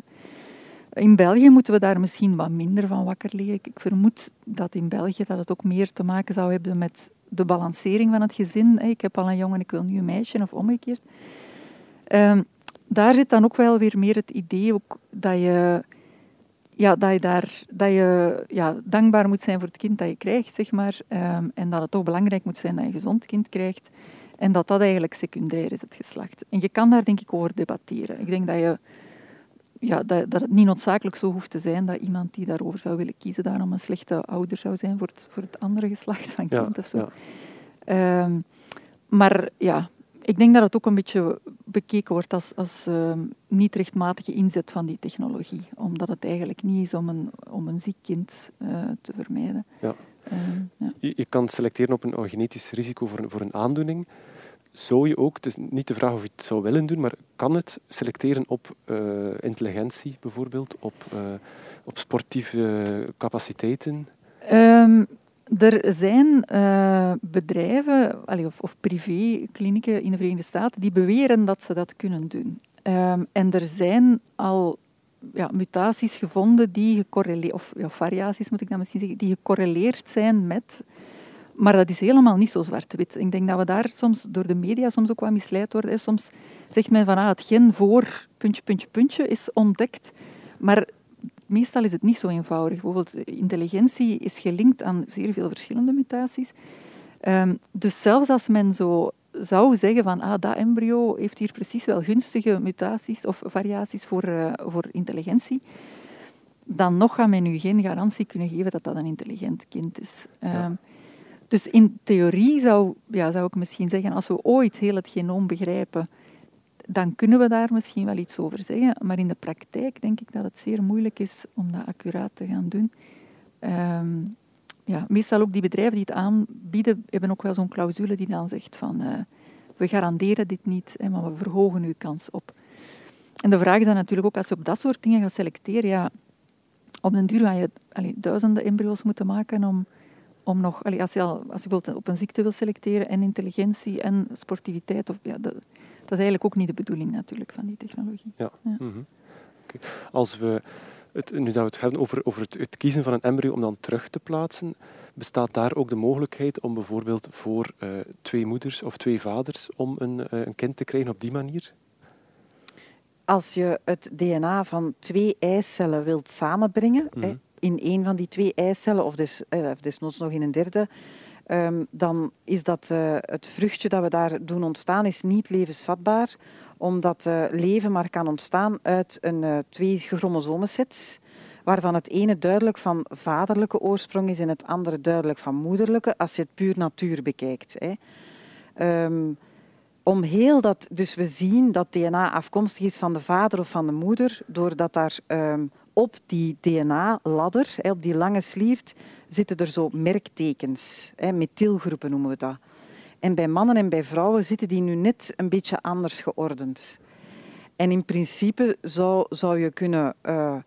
In België moeten we daar misschien wat minder van wakker liggen. Ik vermoed dat in België dat het ook meer te maken zou hebben met de balancering van het gezin. Hè. Ik heb al een jongen, ik wil nu een meisje, of omgekeerd. Um, daar zit dan ook wel weer meer het idee ook dat je, ja, dat je, daar, dat je ja, dankbaar moet zijn voor het kind dat je krijgt, zeg maar. Um, en dat het toch belangrijk moet zijn dat je een gezond kind krijgt. En dat dat eigenlijk secundair is, het geslacht. En je kan daar denk ik over debatteren. Ik denk dat, je, ja, dat, dat het niet noodzakelijk zo hoeft te zijn dat iemand die daarover zou willen kiezen daarom een slechte ouder zou zijn voor het, voor het andere geslacht van kind ja, of zo. Ja. Um, maar ja, ik denk dat het ook een beetje bekeken wordt als, als um, niet rechtmatige inzet van die technologie. Omdat het eigenlijk niet is om een, om een ziek kind uh, te vermijden. Ja. Um, ja. Je, je kan selecteren op een, een genetisch risico voor, voor een aandoening. Zou je ook, het is niet de vraag of je het zou willen doen, maar kan het selecteren op uh, intelligentie bijvoorbeeld, op, uh, op sportieve capaciteiten? Um, Er zijn uh, bedrijven allee, of, of privéklinieken in de Verenigde Staten die beweren dat ze dat kunnen doen. Um, en er zijn al ja, mutaties gevonden die gecorreleerd, of ja, variaties moet ik dan misschien zeggen, die gecorreleerd zijn met. Maar dat is helemaal niet zo zwart-wit. Ik denk dat we daar soms door de media soms ook wat misleid worden. Hè. Soms zegt men van ah, het gen voor puntje, puntje, puntje is ontdekt. Maar meestal is het niet zo eenvoudig. Bijvoorbeeld intelligentie is gelinkt aan zeer veel verschillende mutaties. Um, dus zelfs als men zo zou zeggen van ah, dat embryo heeft hier precies wel gunstige mutaties of variaties voor, uh, voor intelligentie, dan nog gaat men u geen garantie kunnen geven dat dat een intelligent kind is. Um, ja. Dus in theorie zou, ja, zou ik misschien zeggen, als we ooit heel het genoom begrijpen, dan kunnen we daar misschien wel iets over zeggen. Maar in de praktijk denk ik dat het zeer moeilijk is om dat accuraat te gaan doen. Um, ja, meestal ook die bedrijven die het aanbieden, hebben ook wel zo'n clausule die dan zegt van uh, we garanderen dit niet, hè, maar we verhogen uw kans op. En de vraag is dan natuurlijk ook, als je op dat soort dingen gaat selecteren, ja, op den duur ga je allee, duizenden embryo's moeten maken om, om nog... Allee, als je, al, als je bijvoorbeeld op een ziekte wil selecteren en intelligentie en sportiviteit, of, ja, dat, dat is eigenlijk ook niet de bedoeling natuurlijk van die technologie. Ja. Ja. Mm-hmm. Okay. Als we het, nu dat we het hebben over, over het, het kiezen van een embryo om dan terug te plaatsen, bestaat daar ook de mogelijkheid om bijvoorbeeld voor uh, twee moeders of twee vaders om een, uh, een kind te krijgen op die manier? Als je het D N A van twee eicellen wilt samenbrengen, mm-hmm. hè, in één van die twee eicellen, of, des, uh, of desnoods nog in een derde, um, dan is dat uh, het vruchtje dat we daar doen ontstaan is niet levensvatbaar, omdat uh, leven maar kan ontstaan uit een uh, twee chromosomensets, waarvan het ene duidelijk van vaderlijke oorsprong is en het andere duidelijk van moederlijke, als je het puur natuur bekijkt. Hè. Um, om heel dat, dus we zien dat D N A afkomstig is van de vader of van de moeder, doordat daar um, op die D N A-ladder, hè, op die lange sliert, zitten er zo merktekens, hè, methylgroepen noemen we dat. En bij mannen en bij vrouwen zitten die nu net een beetje anders geordend. En in principe zou, zou je kunnen uh,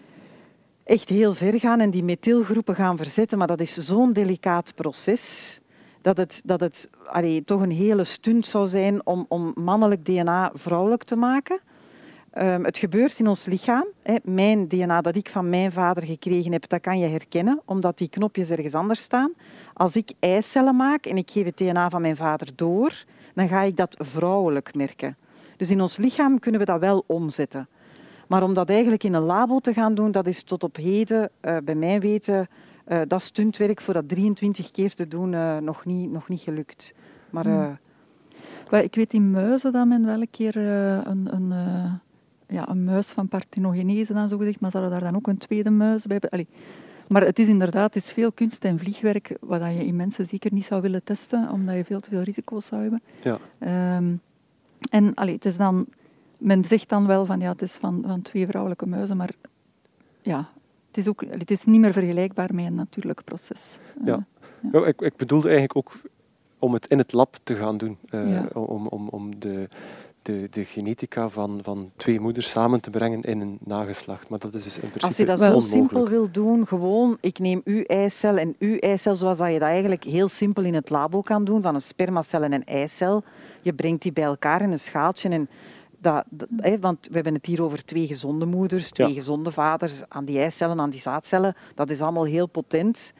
echt heel ver gaan en die methylgroepen gaan verzetten, maar dat is zo'n delicaat proces dat het, dat het allee, toch een hele stunt zou zijn om, om mannelijk D N A vrouwelijk te maken. Um, het gebeurt in ons lichaam. Hè. Mijn D N A dat ik van mijn vader gekregen heb, dat kan je herkennen, omdat die knopjes ergens anders staan. Als ik eicellen maak en ik geef het D N A van mijn vader door, dan ga ik dat vrouwelijk merken. Dus in ons lichaam kunnen we dat wel omzetten. Maar om dat eigenlijk in een labo te gaan doen, dat is tot op heden, uh, bij mijn weten, uh, dat stuntwerk voor dat drieëntwintig keer te doen, uh, nog, niet, nog niet gelukt. Maar, uh... ja. Ik weet in muizen dat men wel een keer uh, een... een uh... Ja, een muis van parthenogenese dan zo gezegd, maar ze hadden daar dan ook een tweede muis bij. Allee. Maar het is inderdaad het is veel kunst en vliegwerk, wat je in mensen zeker niet zou willen testen, omdat je veel te veel risico's zou hebben. Ja. Um, en allee, het is dan, men zegt dan wel van ja, het is van, van twee vrouwelijke muizen, maar ja, het is, ook, het is niet meer vergelijkbaar met een natuurlijk proces. Ja. Uh, ja. Ja, ik, ik bedoelde eigenlijk ook om het in het lab te gaan doen, uh, ja. om, om, om de... De, de genetica van, van twee moeders samen te brengen in een nageslacht. Maar dat is dus in principe Als je dat onmogelijk. zo simpel wil doen, gewoon, ik neem uw eicel en uw eicel, zoals dat je dat eigenlijk heel simpel in het labo kan doen, van een spermacel en een eicel. Je brengt die bij elkaar in een schaaltje. En dat, dat, hè, want we hebben het hier over twee gezonde moeders, twee ja. gezonde vaders, aan die eicellen, aan die zaadcellen. Dat is allemaal heel potent.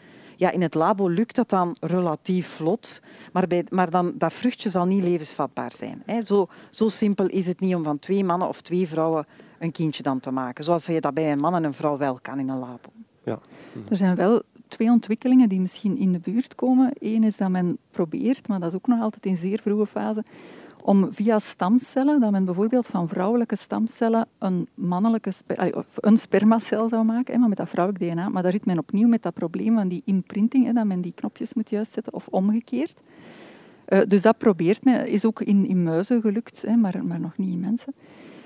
Ja, in het labo lukt dat dan relatief vlot, maar, bij, maar dan, dat vruchtje zal niet levensvatbaar zijn. Hè. Zo, zo simpel is het niet om van twee mannen of twee vrouwen een kindje dan te maken, zoals je dat bij een man en een vrouw wel kan in een labo. Ja. Er zijn wel twee ontwikkelingen die misschien in de buurt komen. Eén is dat men probeert, maar dat is ook nog altijd in zeer vroege fase, om via stamcellen, dat men bijvoorbeeld van vrouwelijke stamcellen een mannelijke sper- of een spermacel zou maken, hè, maar met dat vrouwelijk D N A. Maar daar zit men opnieuw met dat probleem van die imprinting, hè, dat men die knopjes moet juist zetten, of omgekeerd. Uh, dus dat probeert men. Is ook in, in muizen gelukt, hè, maar, maar nog niet in mensen.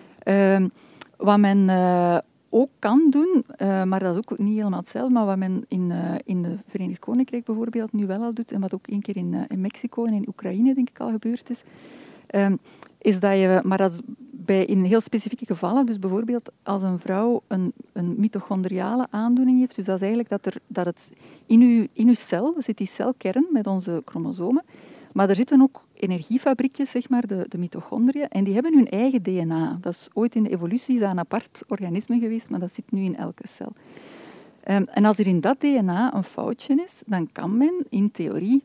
Uh, wat men uh, ook kan doen, uh, maar dat is ook niet helemaal hetzelfde, maar wat men in, uh, in de Verenigd Koninkrijk bijvoorbeeld nu wel al doet, en wat ook één keer in, uh, in Mexico en in Oekraïne denk ik al gebeurd is, Um, is dat je, maar dat is bij, in heel specifieke gevallen, dus bijvoorbeeld als een vrouw een, een mitochondriale aandoening heeft, dus dat is eigenlijk dat, er, dat het in uw, in uw cel zit die celkern met onze chromosomen, maar er zitten ook energiefabriekjes, zeg maar, de, de mitochondriën, en die hebben hun eigen D N A. Dat is ooit in de evolutie is dat een apart organisme geweest, maar dat zit nu in elke cel. Um, en als er in dat D N A een foutje is, dan kan men in theorie,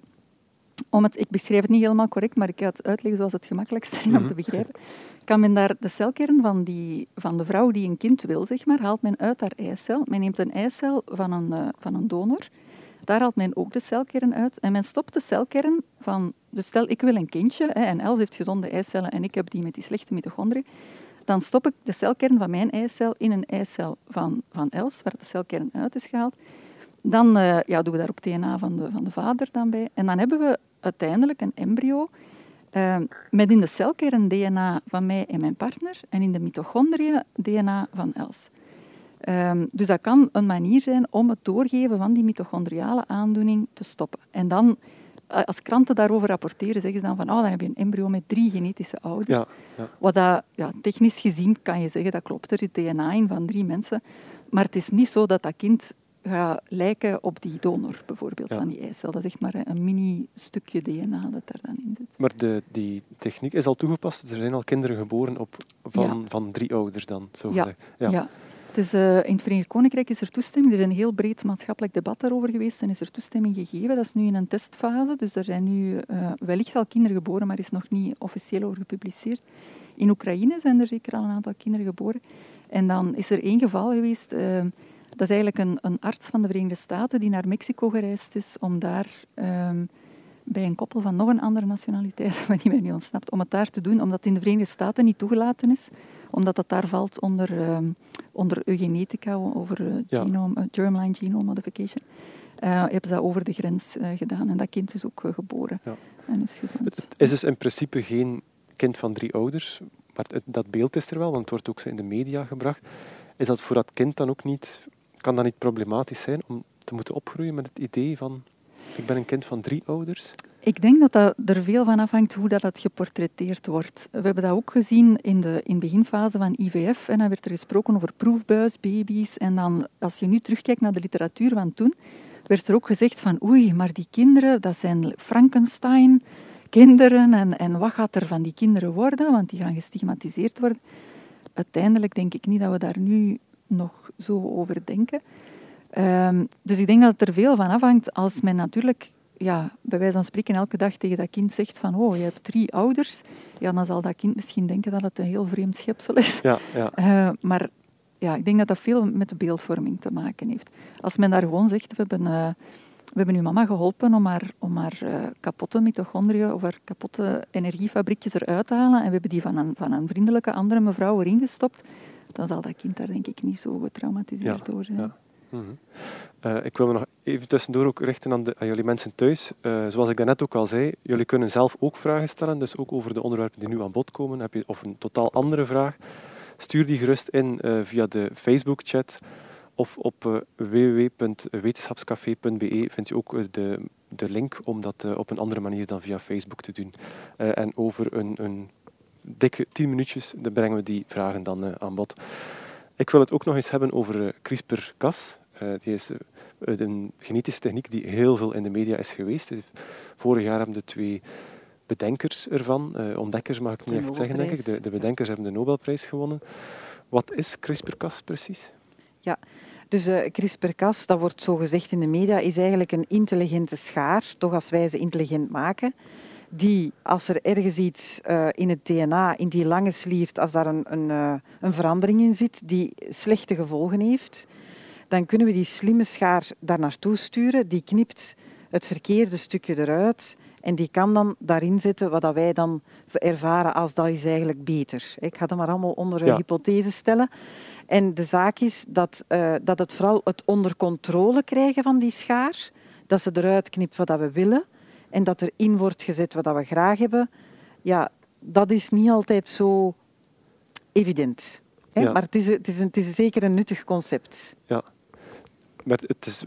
om het, ik beschrijf het niet helemaal correct, maar ik ga het uitleggen zoals het gemakkelijkst is om te begrijpen, kan men daar de celkern van, die, van de vrouw die een kind wil, zeg maar, haalt men uit haar eicel. Men neemt een eicel van een, uh, van een donor. Daar haalt men ook de celkern uit. En men stopt de celkern van... Dus stel, ik wil een kindje, hè, en Els heeft gezonde eicellen en ik heb die met die slechte mitochondriën. Dan stop ik de celkern van mijn eicel in een eicel van, van Els, waar de celkern uit is gehaald. Dan uh, ja, doen we daar ook D N A van de, van de vader dan bij. En dan hebben we uiteindelijk een embryo uh, met in de celkern D N A van mij en mijn partner en in de mitochondriën D N A van Els. Um, dus dat kan een manier zijn om het doorgeven van die mitochondriale aandoening te stoppen. En dan, als kranten daarover rapporteren, zeggen ze dan van oh, dan heb je een embryo met drie genetische ouders. Ja, ja. Wat dat, ja, technisch gezien kan je zeggen, dat klopt, er zit D N A in van drie mensen. Maar het is niet zo dat dat kind gaat lijken op die donor, bijvoorbeeld, ja. van die eicel. Dat is echt maar een mini-stukje D N A dat daar dan in zit. Maar de, die techniek is al toegepast? Er zijn al kinderen geboren op, van, ja. van drie ouders dan? Zo ja. ja. ja. Het is, uh, in het Verenigd Koninkrijk is er toestemming. Er is een heel breed maatschappelijk debat daarover geweest en is er toestemming gegeven. Dat is nu in een testfase. Dus er zijn nu uh, wellicht al kinderen geboren, maar is nog niet officieel over gepubliceerd. In Oekraïne zijn er zeker al een aantal kinderen geboren. En dan is er één geval geweest... Uh, Dat is eigenlijk een, een arts van de Verenigde Staten die naar Mexico gereisd is om daar um, bij een koppel van nog een andere nationaliteit, maar die mij nu ontsnapt, om het daar te doen, omdat het in de Verenigde Staten niet toegelaten is, omdat dat daar valt onder, um, onder eugenetica, over uh, ja. genome, uh, germline genome modification. Uh, hebben ze dat over de grens uh, gedaan en dat kind is ook uh, geboren ja. en is gezond. Het is dus in principe geen kind van drie ouders, maar het, dat beeld is er wel, want het wordt ook zo in de media gebracht. Is dat voor dat kind dan ook niet... Kan dat niet problematisch zijn om te moeten opgroeien met het idee van ik ben een kind van drie ouders? Ik denk dat, dat er veel van afhangt hoe dat, dat geportretteerd wordt. We hebben dat ook gezien in de in beginfase van I V F. En dan werd er gesproken over proefbuisbaby's. En dan, als je nu terugkijkt naar de literatuur van toen, werd er ook gezegd van oei, maar die kinderen, dat zijn Frankenstein-kinderen. En, en wat gaat er van die kinderen worden? Want die gaan gestigmatiseerd worden. Uiteindelijk denk ik niet dat we daar nu nog zo over denken. Um, dus ik denk dat het er veel van afhangt als men natuurlijk, ja, bij wijze van spreken, elke dag tegen dat kind zegt van oh, je hebt drie ouders, ja, dan zal dat kind misschien denken dat het een heel vreemd schepsel is. Ja, ja. Uh, maar ja, ik denk dat dat veel met de beeldvorming te maken heeft. Als men daar gewoon zegt, we hebben, uh, we hebben uw mama geholpen om haar, om haar uh, kapotte mitochondriën of haar kapotte energiefabriekjes eruit te halen en we hebben die van een, van een vriendelijke andere mevrouw erin gestopt, dan zal dat kind daar denk ik niet zo getraumatiseerd ja, door zijn. Ja. Mm-hmm. Uh, ik wil me nog even tussendoor ook richten aan, de, aan jullie mensen thuis. Uh, zoals ik daarnet ook al zei, jullie kunnen zelf ook vragen stellen, dus ook over de onderwerpen die nu aan bod komen. Heb je, of een totaal andere vraag, stuur die gerust in uh, via de Facebook-chat of op uh, w w w punt wetenschapscafé punt b e vind je ook uh, de, de link om dat uh, op een andere manier dan via Facebook te doen. Uh, en over een... een dikke tien minuutjes, dan brengen we die vragen dan uh, aan bod. Ik wil het ook nog eens hebben over uh, CRISPR-Cas. Uh, die is uh, een genetische techniek die heel veel in de media is geweest. Vorig jaar hebben de twee bedenkers ervan, uh, ontdekkers mag ik niet echt zeggen, denk ik. De, de bedenkers hebben de Nobelprijs gewonnen. Wat is CRISPR-Cas precies? Ja, Dus uh, CRISPR-Cas, dat wordt zo gezegd in de media, is eigenlijk een intelligente schaar, toch als wij ze intelligent maken, die, als er ergens iets uh, in het D N A, in die lange sliert, als daar een, een, uh, een verandering in zit die slechte gevolgen heeft, dan kunnen we die slimme schaar daar naartoe sturen. Die knipt het verkeerde stukje eruit en die kan dan daarin zetten wat wij dan ervaren als dat is eigenlijk beter. Ik ga dat maar allemaal onder een ja. hypothese stellen. En de zaak is dat, uh, dat het vooral het onder controle krijgen van die schaar, dat ze eruit knipt wat we willen en dat erin wordt gezet wat we graag hebben, ja, dat is niet altijd zo evident. Hè? Ja. Maar het is, het, is een, het is zeker een nuttig concept. Ja, maar het, is,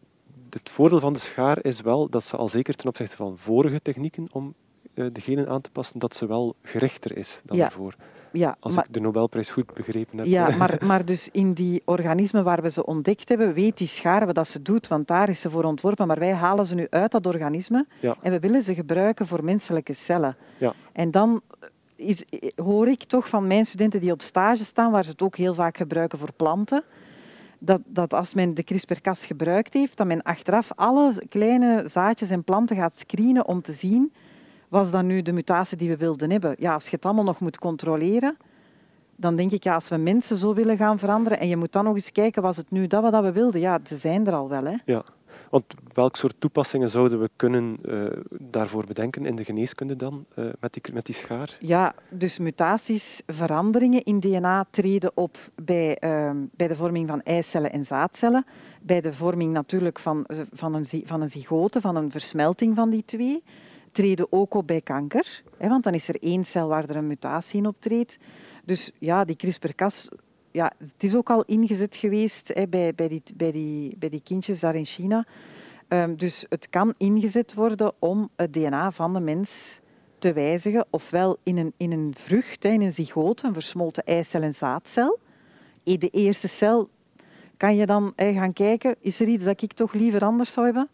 het voordeel van de schaar is wel dat ze al zeker ten opzichte van vorige technieken om uh, de genen aan te passen, dat ze wel gerichter is dan ja. ervoor. Ja, Als maar, ik de Nobelprijs goed begrepen heb. Ja, maar, maar dus in die organismen waar we ze ontdekt hebben, weet die schaar wat dat ze doet, want daar is ze voor ontworpen. Maar wij halen ze nu uit dat organisme ja. en we willen ze gebruiken voor menselijke cellen. Ja. En dan is, hoor ik toch van mijn studenten die op stage staan, waar ze het ook heel vaak gebruiken voor planten, dat, dat als men de CRISPR-Cas gebruikt heeft, dat men achteraf alle kleine zaadjes en planten gaat screenen om te zien, was dat nu de mutatie die we wilden hebben? Ja, als je het allemaal nog moet controleren, dan denk ik, ja, als we mensen zo willen gaan veranderen en je moet dan nog eens kijken, was het nu dat wat we wilden? Ja, ze zijn er al wel. Hè? Ja, want welk soort toepassingen zouden we kunnen uh, daarvoor bedenken in de geneeskunde dan, uh, met, die, met die schaar? Ja, dus mutaties, veranderingen in D N A treden op bij, uh, bij de vorming van eicellen en zaadcellen, bij de vorming natuurlijk van, van, een, van een zygote, van een versmelting van die twee, treden ook op bij kanker, hè, want dan is er één cel waar er een mutatie in optreedt. Dus ja, die CRISPR-Cas, ja, het is ook al ingezet geweest hè, bij, bij, die, bij, die, bij die kindjes daar in China. Um, dus het kan ingezet worden om het D N A van de mens te wijzigen, ofwel in een, in een vrucht, hè, in een zygote, een versmolten eicel en zaadcel. De eerste cel kan je dan hè, gaan kijken, is er iets dat ik toch liever anders zou hebben?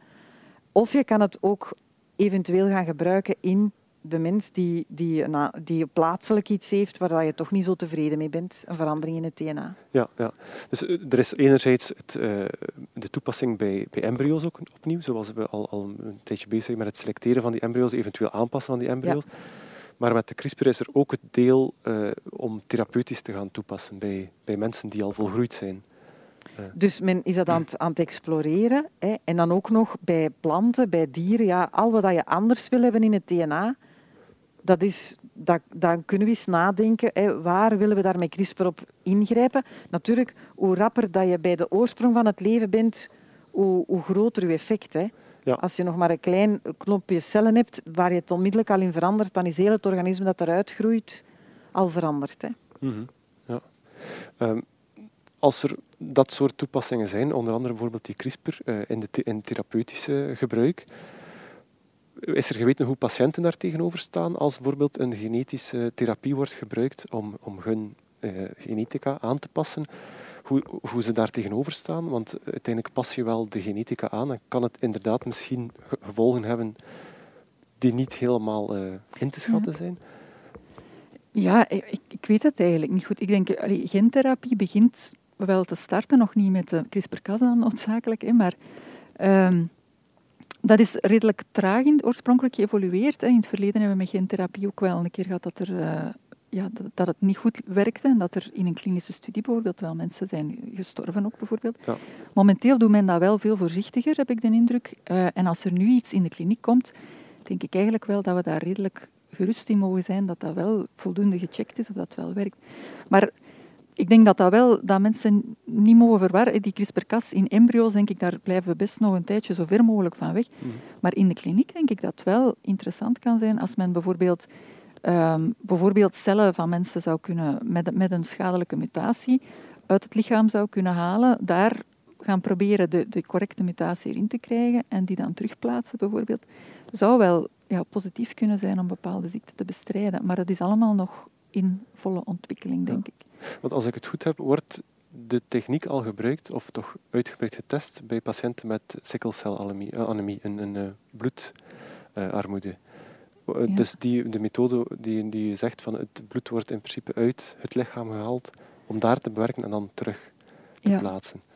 Of je kan het ook eventueel gaan gebruiken in de mens die, die, nou, die plaatselijk iets heeft waar je toch niet zo tevreden mee bent, een verandering in het D N A. Ja, ja. Dus er is enerzijds het, uh, de toepassing bij, bij embryo's ook opnieuw, zoals we al, al een tijdje bezig zijn met het selecteren van die embryo's, eventueel aanpassen van die embryo's. Ja. Maar met de CRISPR is er ook het deel uh, om therapeutisch te gaan toepassen bij, bij mensen die al volgroeid zijn. Dus men is dat aan het, aan het exploreren. Hè. En dan ook nog bij planten, bij dieren. Ja, al wat je anders wil hebben in het D N A, dat is, dat, dan kunnen we eens nadenken, hè, waar willen we daar met CRISPR op ingrijpen. Natuurlijk, hoe rapper dat je bij de oorsprong van het leven bent, hoe, hoe groter je effect. Hè. Ja. Als je nog maar een klein knopje cellen hebt waar je het onmiddellijk al in verandert, dan is heel het organisme dat eruit groeit al veranderd. Hè. Mm-hmm. Ja. Um, als er dat soort toepassingen zijn, onder andere bijvoorbeeld die CRISPR uh, in, de th- in het therapeutische gebruik, is er geweten hoe patiënten daar tegenover staan als bijvoorbeeld een genetische therapie wordt gebruikt om, om hun uh, genetica aan te passen, hoe, hoe ze daar tegenover staan? Want uiteindelijk pas je wel de genetica aan en kan het inderdaad misschien gevolgen hebben die niet helemaal uh, in te schatten zijn? Ja, ik, ik weet het eigenlijk niet goed. Ik denk, allee, gentherapie begint wel te starten, nog niet met de CRISPR-Cas dan noodzakelijk, hè, maar um, dat is redelijk traag in, oorspronkelijk geëvolueerd. Hè. In het verleden hebben we met gentherapie ook wel een keer gehad dat, er, uh, ja, dat, dat het niet goed werkte en dat er in een klinische studie bijvoorbeeld wel mensen zijn gestorven ook bijvoorbeeld. Ja. Momenteel doet men dat wel veel voorzichtiger, heb ik de indruk. Uh, en als er nu iets in de kliniek komt, denk ik eigenlijk wel dat we daar redelijk gerust in mogen zijn dat dat wel voldoende gecheckt is of dat wel werkt. Maar ik denk dat dat wel, dat mensen niet mogen verwarren. Die CRISPR-Cas in embryo's, denk ik, daar blijven we best nog een tijdje zo ver mogelijk van weg. Mm. Maar in de kliniek denk ik dat het wel interessant kan zijn als men bijvoorbeeld, um, bijvoorbeeld cellen van mensen zou kunnen, met, met een schadelijke mutatie uit het lichaam zou kunnen halen, daar gaan proberen de, de correcte mutatie erin te krijgen en die dan terugplaatsen bijvoorbeeld, zou wel ja, positief kunnen zijn om bepaalde ziekten te bestrijden. Maar dat is allemaal nog in volle ontwikkeling, denk ja. ik. Want als ik het goed heb, wordt de techniek al gebruikt, of toch uitgebreid getest, bij patiënten met sikkelcelanemie, een, een uh, bloedarmoede. Uh, ja. Dus die, de methode die, die je zegt, van het bloed wordt in principe uit het lichaam gehaald, om daar te bewerken en dan terug te ja. plaatsen.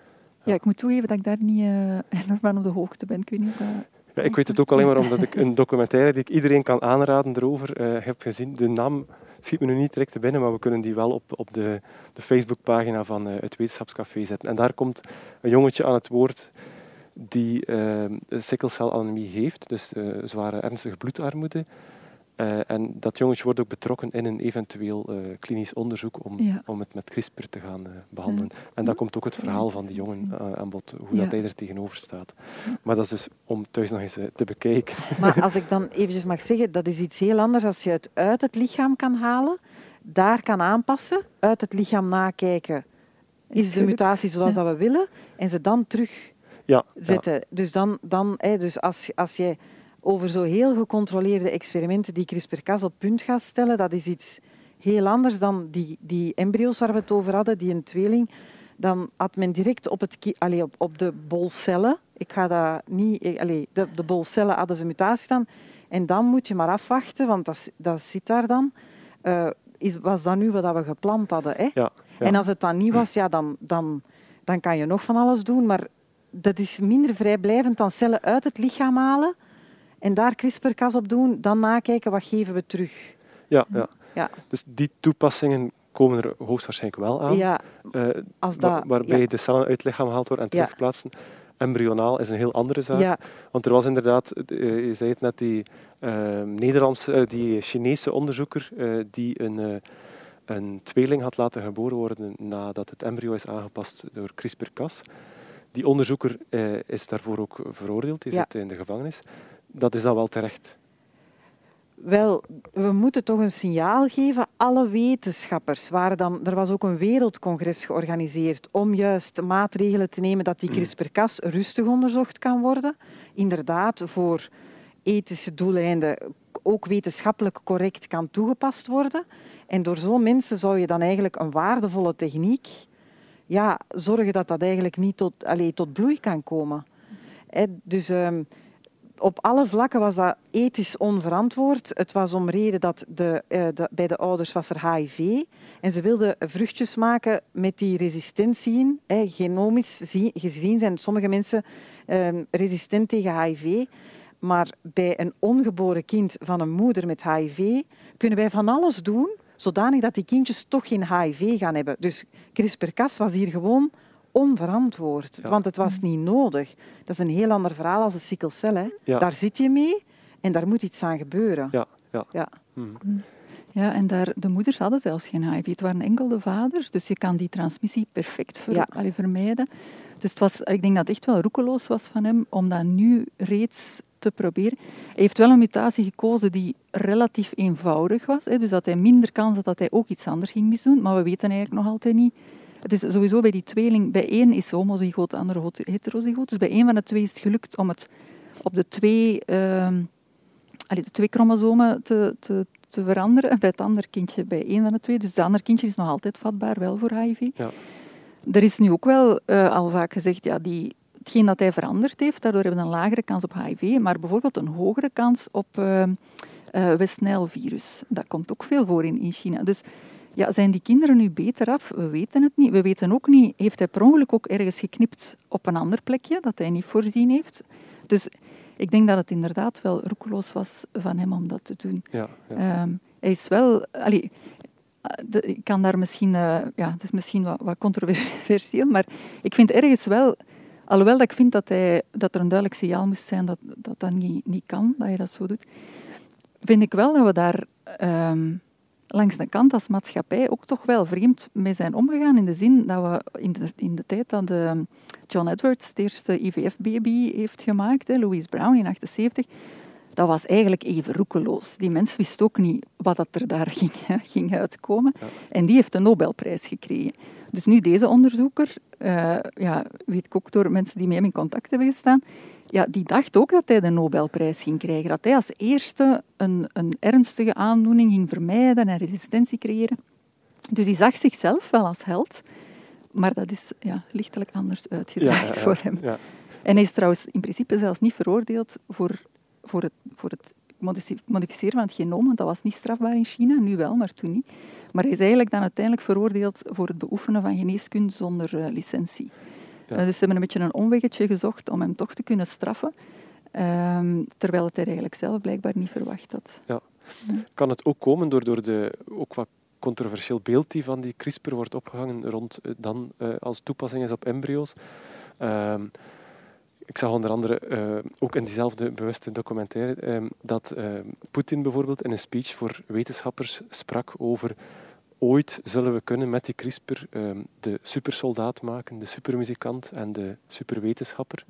ja, ik moet toegeven dat ik daar niet uh, enorm van op de hoogte ben. Ik weet niet of dat... Ja, ik weet het ook alleen maar omdat ik een documentaire die ik iedereen kan aanraden erover uh, heb gezien. De naam schiet me nu niet direct te binnen, maar we kunnen die wel op, op de, de Facebookpagina van uh, het Wetenschapscafé zetten. En daar komt een jongetje aan het woord die uh, sikkelcelanemie heeft, dus uh, zware ernstige bloedarmoede. Uh, en dat jongetje wordt ook betrokken in een eventueel uh, klinisch onderzoek om, ja. om het met CRISPR te gaan uh, behandelen. Ja. En dan komt ook het verhaal van die jongen uh, aan bod, hoe ja. dat hij er tegenover staat. Maar dat is dus om thuis nog eens uh, te bekijken. Maar als ik dan eventjes mag zeggen, dat is iets heel anders als je het uit het lichaam kan halen, daar kan aanpassen, uit het lichaam nakijken, is de mutatie zoals ja. dat we willen, en ze dan terug ja. zetten. Ja. Dus, dan, dan, hey, dus als, als jij over zo heel gecontroleerde experimenten die CRISPR-Cas op punt gaat stellen, dat is iets heel anders dan die, die embryo's waar we het over hadden, die een tweeling. Dan had men direct op, het, allez, op, op de bolcellen, ik ga dat niet, allez, de, de bolcellen hadden ze mutatie dan, en dan moet je maar afwachten, want dat, dat zit daar dan. Uh, is, was dat nu wat we gepland hadden? Hè? Ja, ja. En als het dan niet was, ja, dan, dan, dan kan je nog van alles doen, maar dat is minder vrijblijvend dan cellen uit het lichaam halen en daar CRISPR-Cas op doen, dan nakijken wat geven we terug. Ja, ja. ja. Dus die toepassingen komen er hoogstwaarschijnlijk wel aan, ja, uh, als dat, waar, waarbij ja. de cellen uit het lichaam gehaald worden en terugplaatsen. Ja. Embryonaal is een heel andere zaak. Ja. Want er was inderdaad, uh, je zei het net, die uh, Nederlandse, uh, die Chinese onderzoeker uh, die een, uh, een tweeling had laten geboren worden nadat het embryo is aangepast door CRISPR-Cas. Die onderzoeker uh, is daarvoor ook veroordeeld, die ja. zit in de gevangenis. Dat is dan wel terecht. Wel, we moeten toch een signaal geven. Alle wetenschappers waren dan... Er was ook een wereldcongres georganiseerd om juist maatregelen te nemen dat die CRISPR-Cas rustig onderzocht kan worden. Inderdaad, voor ethische doeleinden ook wetenschappelijk correct kan toegepast worden. En door zo'n mensen zou je dan eigenlijk een waardevolle techniek ja, zorgen dat dat eigenlijk niet tot, allez, tot bloei kan komen. He, dus... Um, Op alle vlakken was dat ethisch onverantwoord. Het was om reden dat de, uh, de, bij de ouders was er H I V en ze wilden vruchtjes maken met die resistentie in. Hey, genomisch gezien zijn sommige mensen uh, resistent tegen H I V, maar bij een ongeboren kind van een moeder met H I V kunnen wij van alles doen zodanig dat die kindjes toch geen H I V gaan hebben. Dus CRISPR-Cas was hier gewoon onverantwoord, ja. want het was niet nodig. Dat is een heel ander verhaal als de sikkelcel. Hè. Ja. Daar zit je mee en daar moet iets aan gebeuren. Ja, ja. ja. Mm. ja en daar, de moeders hadden zelfs geen H I V. Het waren enkel de vaders, dus je kan die transmissie perfect ver, ja. allee, vermijden. Dus het was, ik denk dat het echt wel roekeloos was van hem om dat nu reeds te proberen. Hij heeft wel een mutatie gekozen die relatief eenvoudig was, hè, dus dat hij minder kans had dat hij ook iets anders ging misdoen, maar we weten eigenlijk nog altijd niet. Het is sowieso bij die tweeling, bij één is homozygoot, de andere heterozygoot. Dus bij één van de twee is het gelukt om het op de twee, uh, allee, de twee chromosomen te, te, te veranderen. Bij het andere kindje bij één van de twee. Dus het andere kindje is nog altijd vatbaar, wel voor H I V. Ja. Er is nu ook wel uh, al vaak gezegd, ja, die, hetgeen dat hij veranderd heeft, daardoor hebben we een lagere kans op H I V, maar bijvoorbeeld een hogere kans op uh, uh, West-Nijl-virus. Dat komt ook veel voor in, in China. Dus ja, zijn die kinderen nu beter af? We weten het niet. We weten ook niet, heeft hij per ongeluk ook ergens geknipt op een ander plekje dat hij niet voorzien heeft? Dus ik denk dat het inderdaad wel roekeloos was van hem om dat te doen. Ja, ja. Um, hij is wel... Allee, de, ik kan daar misschien... Uh, ja, het is misschien wat, wat controversieel, maar ik vind ergens wel... Alhoewel dat ik vind dat, hij, dat er een duidelijk signaal moest zijn dat dat, dat niet, niet kan, dat je dat zo doet, vind ik wel dat we daar... Um, langs de kant als maatschappij ook toch wel vreemd mee zijn omgegaan, in de zin dat we in de, in de tijd dat de John Edwards de eerste I V F-baby heeft gemaakt, hè, Louise Brown in achtenzeventig, dat was eigenlijk even roekeloos. Die mens wist ook niet wat dat er daar ging, ging uitkomen. Ja. En die heeft de Nobelprijs gekregen. Dus nu deze onderzoeker, uh, ja, weet ik ook door mensen die met hem in contact hebben gestaan, ja, die dacht ook dat hij de Nobelprijs ging krijgen. Dat hij als eerste een, een ernstige aandoening ging vermijden en resistentie creëren. Dus die zag zichzelf wel als held, maar dat is ja, lichtelijk anders uitgedraaid ja, ja, ja, voor hem. Ja. En hij is trouwens in principe zelfs niet veroordeeld voor, voor, het, voor het modificeren van het genoom, want dat was niet strafbaar in China, nu wel, maar toen niet. Maar hij is eigenlijk dan uiteindelijk veroordeeld voor het beoefenen van geneeskunde zonder uh, licentie. Ja. Uh, dus ze hebben een beetje een omweggetje gezocht om hem toch te kunnen straffen. Um, terwijl het hij eigenlijk zelf blijkbaar niet verwacht had. Ja. Ja. Kan het ook komen door, door de ook wat controversieel beeld die van die CRISPR wordt opgehangen rond uh, dan uh, als toepassing is op embryo's? Uh, ik zag onder andere uh, ook in diezelfde bewuste documentaire uh, dat uh, Poetin bijvoorbeeld in een speech voor wetenschappers sprak over ooit zullen we kunnen met die CRISPR uh, de supersoldaat maken, de supermuzikant en de superwetenschapper.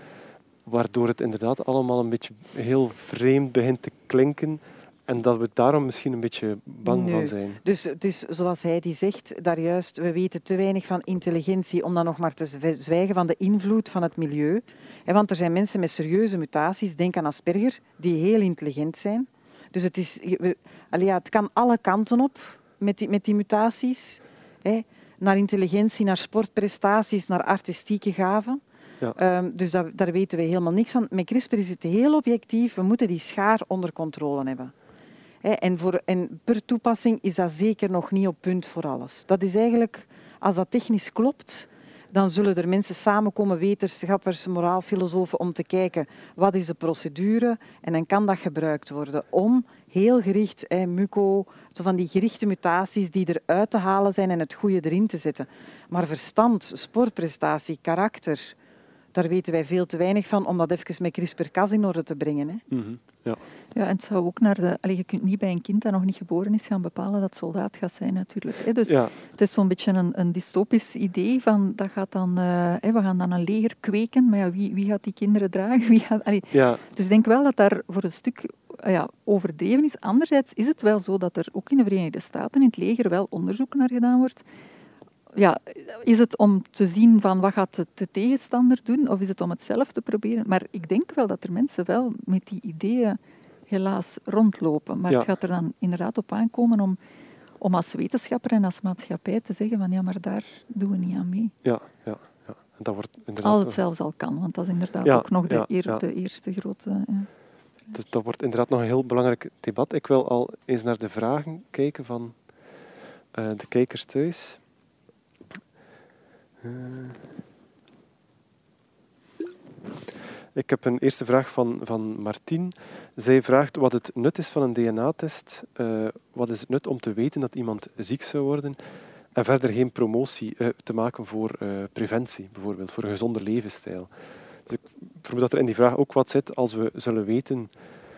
Waardoor het inderdaad allemaal een beetje heel vreemd begint te klinken en dat we daarom misschien een beetje bang nee. van zijn. Dus het is zoals hij die zegt, daar juist, we weten te weinig van intelligentie om dan nog maar te zwijgen van de invloed van het milieu. Want er zijn mensen met serieuze mutaties, denk aan Asperger, die heel intelligent zijn. Dus het, is, allee, ja, het kan alle kanten op met die, met die mutaties. Hè. Naar intelligentie, naar sportprestaties, naar artistieke gaven. Ja. Um, dus dat, daar weten we helemaal niks van. Met CRISPR is het heel objectief. We moeten die schaar onder controle hebben. He, en, voor, en per toepassing is dat zeker nog niet op punt voor alles. Dat is eigenlijk, als dat technisch klopt, dan zullen er mensen samenkomen, wetenschappers, moraalfilosofen, om te kijken wat is de procedure en dan kan dat gebruikt worden om heel gericht, hè, muco, zo van die gerichte mutaties die eruit te halen zijn en het goede erin te zetten. Maar verstand, sportprestatie, karakter, daar weten wij veel te weinig van om dat even met CRISPR-Cas in orde te brengen. Hè. Mm-hmm. Ja. Ja, en het zou ook naar de... Allee, je kunt niet bij een kind dat nog niet geboren is gaan bepalen dat het soldaat gaat zijn, natuurlijk. Hè. Dus ja. Het is zo'n beetje een, een dystopisch idee van, dat gaat dan, uh, hè, we gaan dan een leger kweken, maar ja, wie, wie gaat die kinderen dragen? Wie gaat, allee. Ja. Dus ik denk wel dat daar voor een stuk uh, ja, overdreven is. Anderzijds is het wel zo dat er ook in de Verenigde Staten in het leger wel onderzoek naar gedaan wordt. Ja, is het om te zien van wat gaat de, de tegenstander doen, of is het om het zelf te proberen? Maar ik denk wel dat er mensen wel met die ideeën helaas rondlopen. Maar ja. Het gaat er dan inderdaad op aankomen om, om als wetenschapper en als maatschappij te zeggen van ja, maar daar doen we niet aan mee. Ja, ja, ja. En dat wordt inderdaad... Als het zelfs al kan, want dat is inderdaad ja, ook nog de, ja, eer, ja. de eerste grote... Ja. Dus dat wordt inderdaad nog een heel belangrijk debat. Ik wil al eens naar de vragen kijken van uh, de kijkers thuis. Uh, ik heb een eerste vraag van, van Martien. Zij vraagt wat het nut is van een D N A-test. Uh, wat is het nut om te weten dat iemand ziek zou worden? En verder geen promotie uh, te maken voor uh, preventie, bijvoorbeeld, voor een gezonde levensstijl. Dus ik vermoed dat er in die vraag ook wat zit. Als we zullen weten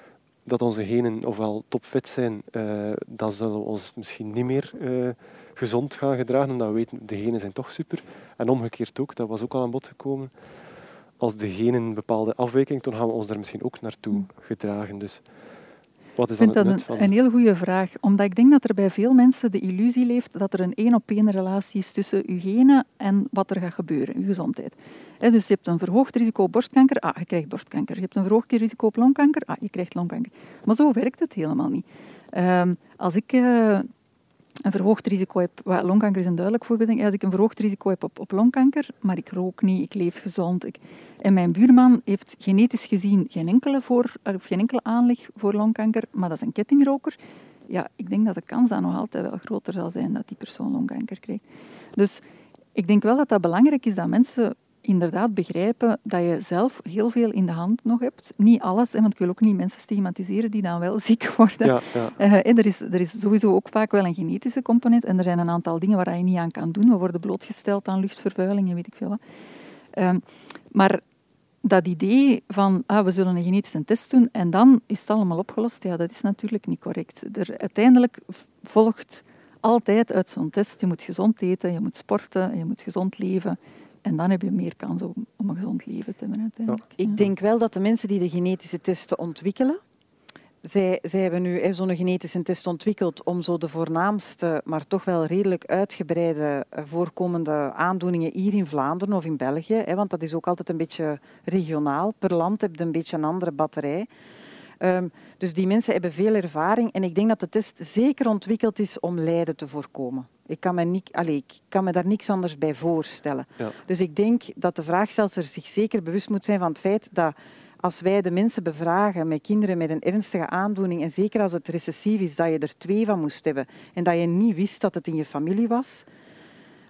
dat onze genen ofwel topfit zijn, uh, dan zullen we ons misschien niet meer uh, gezond gaan gedragen, omdat we weten, de genen zijn toch super. En omgekeerd ook, dat was ook al aan bod gekomen. Als de genen een bepaalde afwijking, dan gaan we ons daar misschien ook naartoe gedragen. Dus wat is dan het nut van... Ik vind dat een, een heel goede vraag, omdat ik denk dat er bij veel mensen de illusie leeft dat er een één-op-één relatie is tussen uw genen en wat er gaat gebeuren, uw gezondheid. He, dus je hebt een verhoogd risico op borstkanker, ah, je krijgt borstkanker. Je hebt een verhoogd risico op longkanker, ah, je krijgt longkanker. Maar zo werkt het helemaal niet. Um, als ik... Uh, een verhoogd risico heb, well, longkanker is een duidelijk voorbeeld, als ik een verhoogd risico heb op, op longkanker, maar ik rook niet, ik leef gezond, ik, en mijn buurman heeft genetisch gezien geen enkele, voor, of geen enkele aanleg voor longkanker, maar dat is een kettingroker, ja, ik denk dat de kans dan nog altijd wel groter zal zijn dat die persoon longkanker krijgt. Dus ik denk wel dat dat belangrijk is dat mensen inderdaad begrijpen dat je zelf heel veel in de hand nog hebt. Niet alles, want ik wil ook niet mensen stigmatiseren die dan wel ziek worden. Ja, ja. Uh, er, is, er is sowieso ook vaak wel een genetische component en er zijn een aantal dingen waar je niet aan kan doen. We worden blootgesteld aan luchtvervuiling en weet ik veel wat. Uh, maar dat idee van ah, we zullen een genetische test doen en dan is het allemaal opgelost, ja, dat is natuurlijk niet correct. Er, uiteindelijk volgt altijd uit zo'n test, je moet gezond eten, je moet sporten, je moet gezond leven. En dan heb je meer kans om, om een gezond leven te hebben uiteindelijk. Ja. Ik denk wel dat de mensen die de genetische testen ontwikkelen, zij, zij hebben nu zo'n genetische test ontwikkeld om zo de voornaamste, maar toch wel redelijk uitgebreide voorkomende aandoeningen hier in Vlaanderen of in België, hè, want dat is ook altijd een beetje regionaal. Per land heb je een beetje een andere batterij. Um, dus die mensen hebben veel ervaring en ik denk dat de test zeker ontwikkeld is om lijden te voorkomen. Ik kan me, niet, allez, ik kan me daar niks anders bij voorstellen. Ja. Dus ik denk dat de vraagstelster zich zeker bewust moet zijn van het feit dat als wij de mensen bevragen met kinderen met een ernstige aandoening en zeker als het recessief is, dat je er twee van moest hebben en dat je niet wist dat het in je familie was,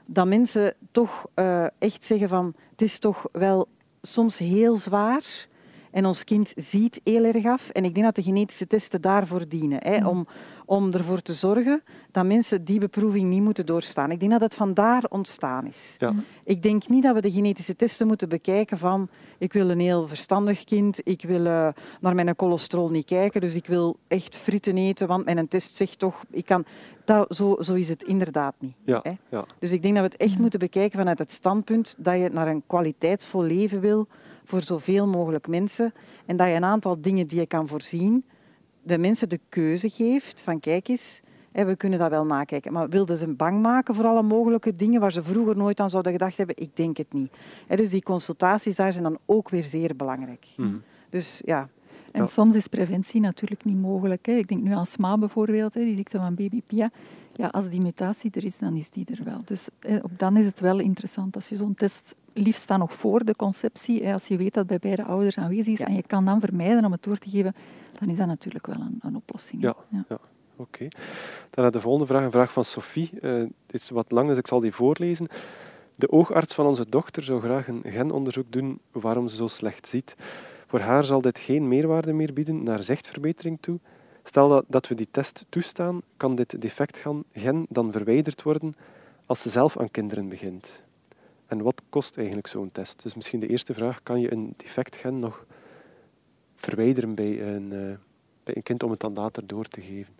dat mensen toch uh, echt zeggen van het is toch wel soms heel zwaar en ons kind ziet heel erg af. En ik denk dat de genetische testen daarvoor dienen, hè, mm. om, om ervoor te zorgen dat mensen die beproeving niet moeten doorstaan. Ik denk dat het vandaar ontstaan is. Ja. Ik denk niet dat we de genetische testen moeten bekijken van ik wil een heel verstandig kind, ik wil uh, naar mijn cholesterol niet kijken, dus ik wil echt frieten eten, want mijn test zegt toch, ik kan... Dat, zo, zo is het inderdaad niet. Ja, Hè? ja. Dus ik denk dat we het echt ja. moeten bekijken vanuit het standpunt dat je naar een kwaliteitsvol leven wil voor zoveel mogelijk mensen en dat je een aantal dingen die je kan voorzien, de mensen de keuze geeft van kijk eens, hè, we kunnen dat wel nakijken. Maar wilden ze bang maken voor alle mogelijke dingen waar ze vroeger nooit aan zouden gedacht hebben? Ik denk het niet. Hè, dus die consultaties daar zijn dan ook weer zeer belangrijk. Mm. Dus ja... En ja. soms is preventie natuurlijk niet mogelijk. Hè. Ik denk nu aan S M A bijvoorbeeld, hè, die ziekte van baby Pia. Ja, als die mutatie er is, dan is die er wel. Dus hè, dan is het wel interessant als je zo'n test, liefst dan nog voor de conceptie, hè, als je weet dat bij beide ouders aanwezig is, ja. en je kan dan vermijden om het door te geven, dan is dat natuurlijk wel een, een oplossing. Ja, ja. ja. oké. Okay. Dan naar de volgende vraag, een vraag van Sophie. Uh, dit is wat lang, dus ik zal die voorlezen. De oogarts van onze dochter zou graag een genonderzoek doen waarom ze zo slecht ziet. Voor haar zal dit geen meerwaarde meer bieden naar zichtverbetering toe. Stel dat, dat we die test toestaan, kan dit defectgen dan verwijderd worden als ze zelf aan kinderen begint. En wat kost eigenlijk zo'n test? Dus misschien de eerste vraag, kan je een defectgen nog verwijderen bij een, uh, bij een kind om het dan later door te geven?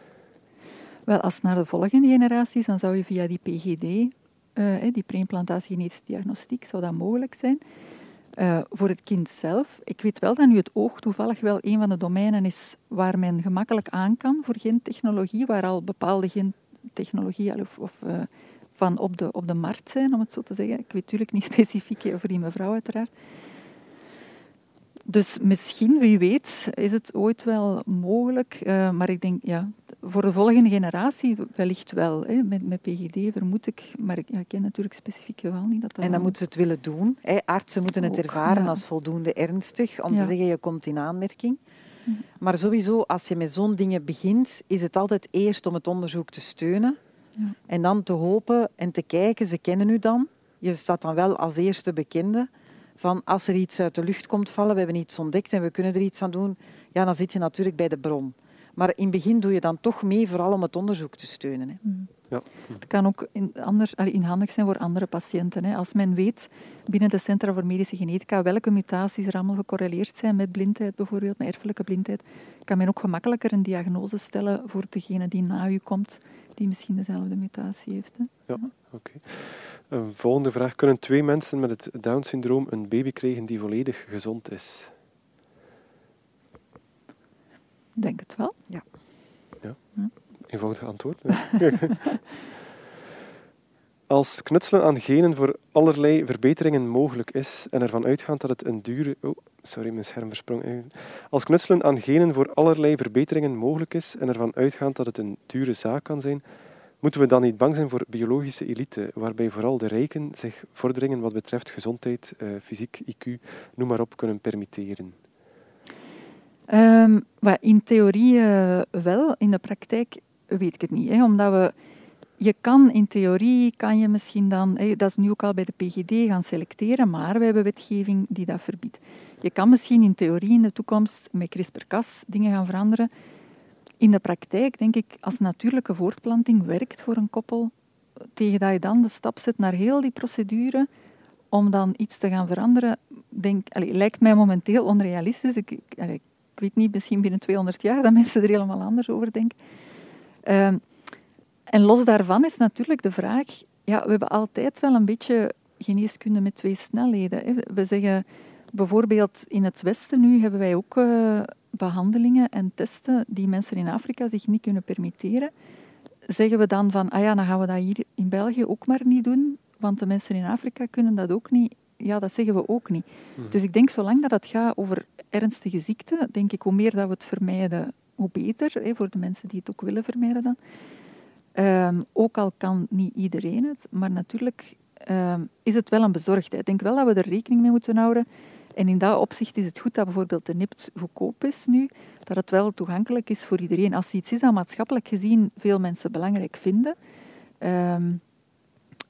Wel, als het naar de volgende generaties, dan zou je via die P G D, uh, die preimplantatie genetische diagnostiek, zou dat mogelijk zijn. Uh, voor het kind zelf. Ik weet wel dat nu het oog toevallig wel een van de domeinen is waar men gemakkelijk aan kan voor gentechnologie, waar al bepaalde gentechnologieën of, of, uh, van op de, op de markt zijn, om het zo te zeggen. Ik weet natuurlijk niet specifiek over die mevrouw uiteraard. Dus misschien, wie weet, is het ooit wel mogelijk. Uh, maar ik denk, ja, voor de volgende generatie wellicht wel. Hè. Met, met P G D vermoed ik, maar ik, ja, ik ken natuurlijk specifiek wel niet. Dat dat en dan wel... moeten ze het willen doen. Hè. Artsen moeten het ervaren ja. als voldoende ernstig, om ja. te zeggen, je komt in aanmerking. Ja. Maar sowieso, als je met zo'n dingen begint, is het altijd eerst om het onderzoek te steunen. Ja. En dan te hopen en te kijken, ze kennen u dan. Je staat dan wel als eerste bekende. Van als er iets uit de lucht komt vallen, we hebben iets ontdekt en we kunnen er iets aan doen, ja, dan zit je natuurlijk bij de bron. Maar in het begin doe je dan toch mee, vooral om het onderzoek te steunen. Hè. Ja. Het kan ook in, anders, inhandig zijn voor andere patiënten. Hè. Als men weet binnen de Centra voor Medische Genetica welke mutaties er allemaal gecorreleerd zijn met blindheid, bijvoorbeeld met erfelijke blindheid, kan men ook gemakkelijker een diagnose stellen voor degene die na u komt, die misschien dezelfde mutatie heeft. Hè. Ja, oké. Okay. Een volgende vraag. Kunnen twee mensen met het Down-syndroom een baby krijgen die volledig gezond is? Ik denk het wel. Ja. Ja. ja. Eenvoudig antwoord. Ja. Als knutselen aan genen voor allerlei verbeteringen mogelijk is en ervan uitgaand dat het een dure... Oh, sorry, mijn scherm versprong. Als knutselen aan genen voor allerlei verbeteringen mogelijk is en ervan uitgaand dat het een dure zaak kan zijn, moeten we dan niet bang zijn voor biologische elite, waarbij vooral de rijken zich vorderingen wat betreft gezondheid, uh, fysiek, I Q, noem maar op, kunnen permitteren? Um, in theorie uh, wel, in de praktijk weet ik het niet. Hè, omdat we, je kan in theorie, kan je misschien dan, hè, dat is nu ook al bij de P G D gaan selecteren, maar we hebben wetgeving die dat verbiedt. Je kan misschien in theorie in de toekomst met CRISPR-Cas dingen gaan veranderen. In de praktijk denk ik, als natuurlijke voortplanting werkt voor een koppel, tegen dat je dan de stap zet naar heel die procedure om dan iets te gaan veranderen, denk, allez, lijkt mij momenteel onrealistisch. Ik, ik, allez, ik weet niet, misschien binnen tweehonderd jaar dat mensen er helemaal anders over denken. Uh, en los daarvan is natuurlijk de vraag, ja, we hebben altijd wel een beetje geneeskunde met twee snelheden. Hè. We zeggen bijvoorbeeld in het Westen nu hebben wij ook uh, behandelingen en testen die mensen in Afrika zich niet kunnen permitteren. Zeggen we dan van, ah ja, dan gaan we dat hier in België ook maar niet doen, want de mensen in Afrika kunnen dat ook niet. Ja, dat zeggen we ook niet. Hmm. Dus ik denk, zolang dat het gaat over ernstige ziekten, denk ik, hoe meer dat we het vermijden, hoe beter, hè, voor de mensen die het ook willen vermijden dan. Um, ook al kan niet iedereen het, maar natuurlijk um, is het wel een bezorgdheid. Ik denk wel dat we er rekening mee moeten houden. En in dat opzicht is het goed dat bijvoorbeeld de N I P T goedkoop is nu, dat het wel toegankelijk is voor iedereen. Als het iets is dat maatschappelijk gezien veel mensen belangrijk vinden, um,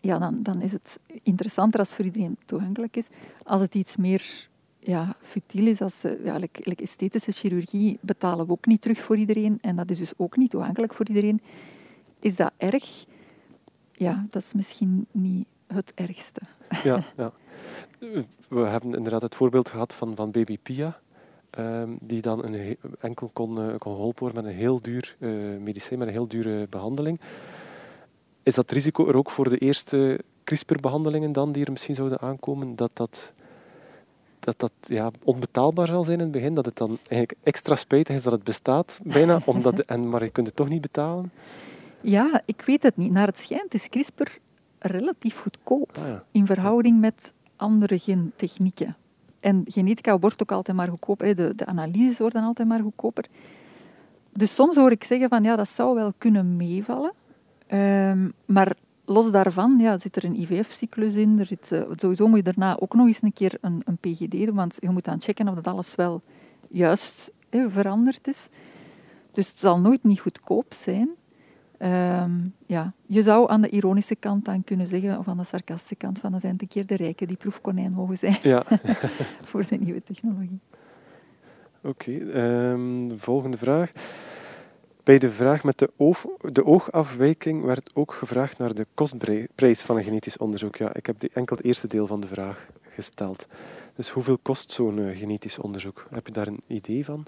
ja, dan, dan is het interessanter als het voor iedereen toegankelijk is. Als het iets meer ja, futiel is, als ja, like, like esthetische chirurgie betalen we ook niet terug voor iedereen en dat is dus ook niet toegankelijk voor iedereen. Is dat erg? Ja, dat is misschien niet het ergste. Ja, ja. We hebben inderdaad het voorbeeld gehad van, van baby Pia, um, die dan een he- enkel kon, uh, kon geholpen worden met een heel duur uh, medicijn, met een heel dure behandeling. Is dat risico er ook voor de eerste CRISPR-behandelingen dan, die er misschien zouden aankomen, dat dat, dat, dat ja, onbetaalbaar zal zijn in het begin? Dat het dan eigenlijk extra spijtig is dat het bestaat, bijna, omdat, en, maar je kunt het toch niet betalen? Ja, ik weet het niet. Naar het schijnt is CRISPR relatief goedkoop Ah, ja. in verhouding met andere gentechnieken. En genetica wordt ook altijd maar goedkoper. De, de analyses worden altijd maar goedkoper. Dus soms hoor ik zeggen van ja, dat zou wel kunnen meevallen. Um, maar los daarvan ja, zit er een I V F-cyclus in. Er zit, uh, sowieso moet je daarna ook nog eens een keer een, een P G D doen, want je moet dan checken of dat alles wel juist eh, veranderd is. Dus het zal nooit niet goedkoop zijn. Um, ja. Je zou aan de ironische kant dan kunnen zeggen, of aan de sarcastische kant, van dat zijn een keer de rijken die proefkonijn mogen zijn Ja. voor de nieuwe technologie. Oké, okay, um, volgende vraag. Bij de vraag met de, oog, de oogafwijking werd ook gevraagd naar de kostprijs van een genetisch onderzoek. Ja, ik heb die, enkel het eerste deel van de vraag gesteld. Dus hoeveel kost zo'n uh, genetisch onderzoek? Heb je daar een idee van?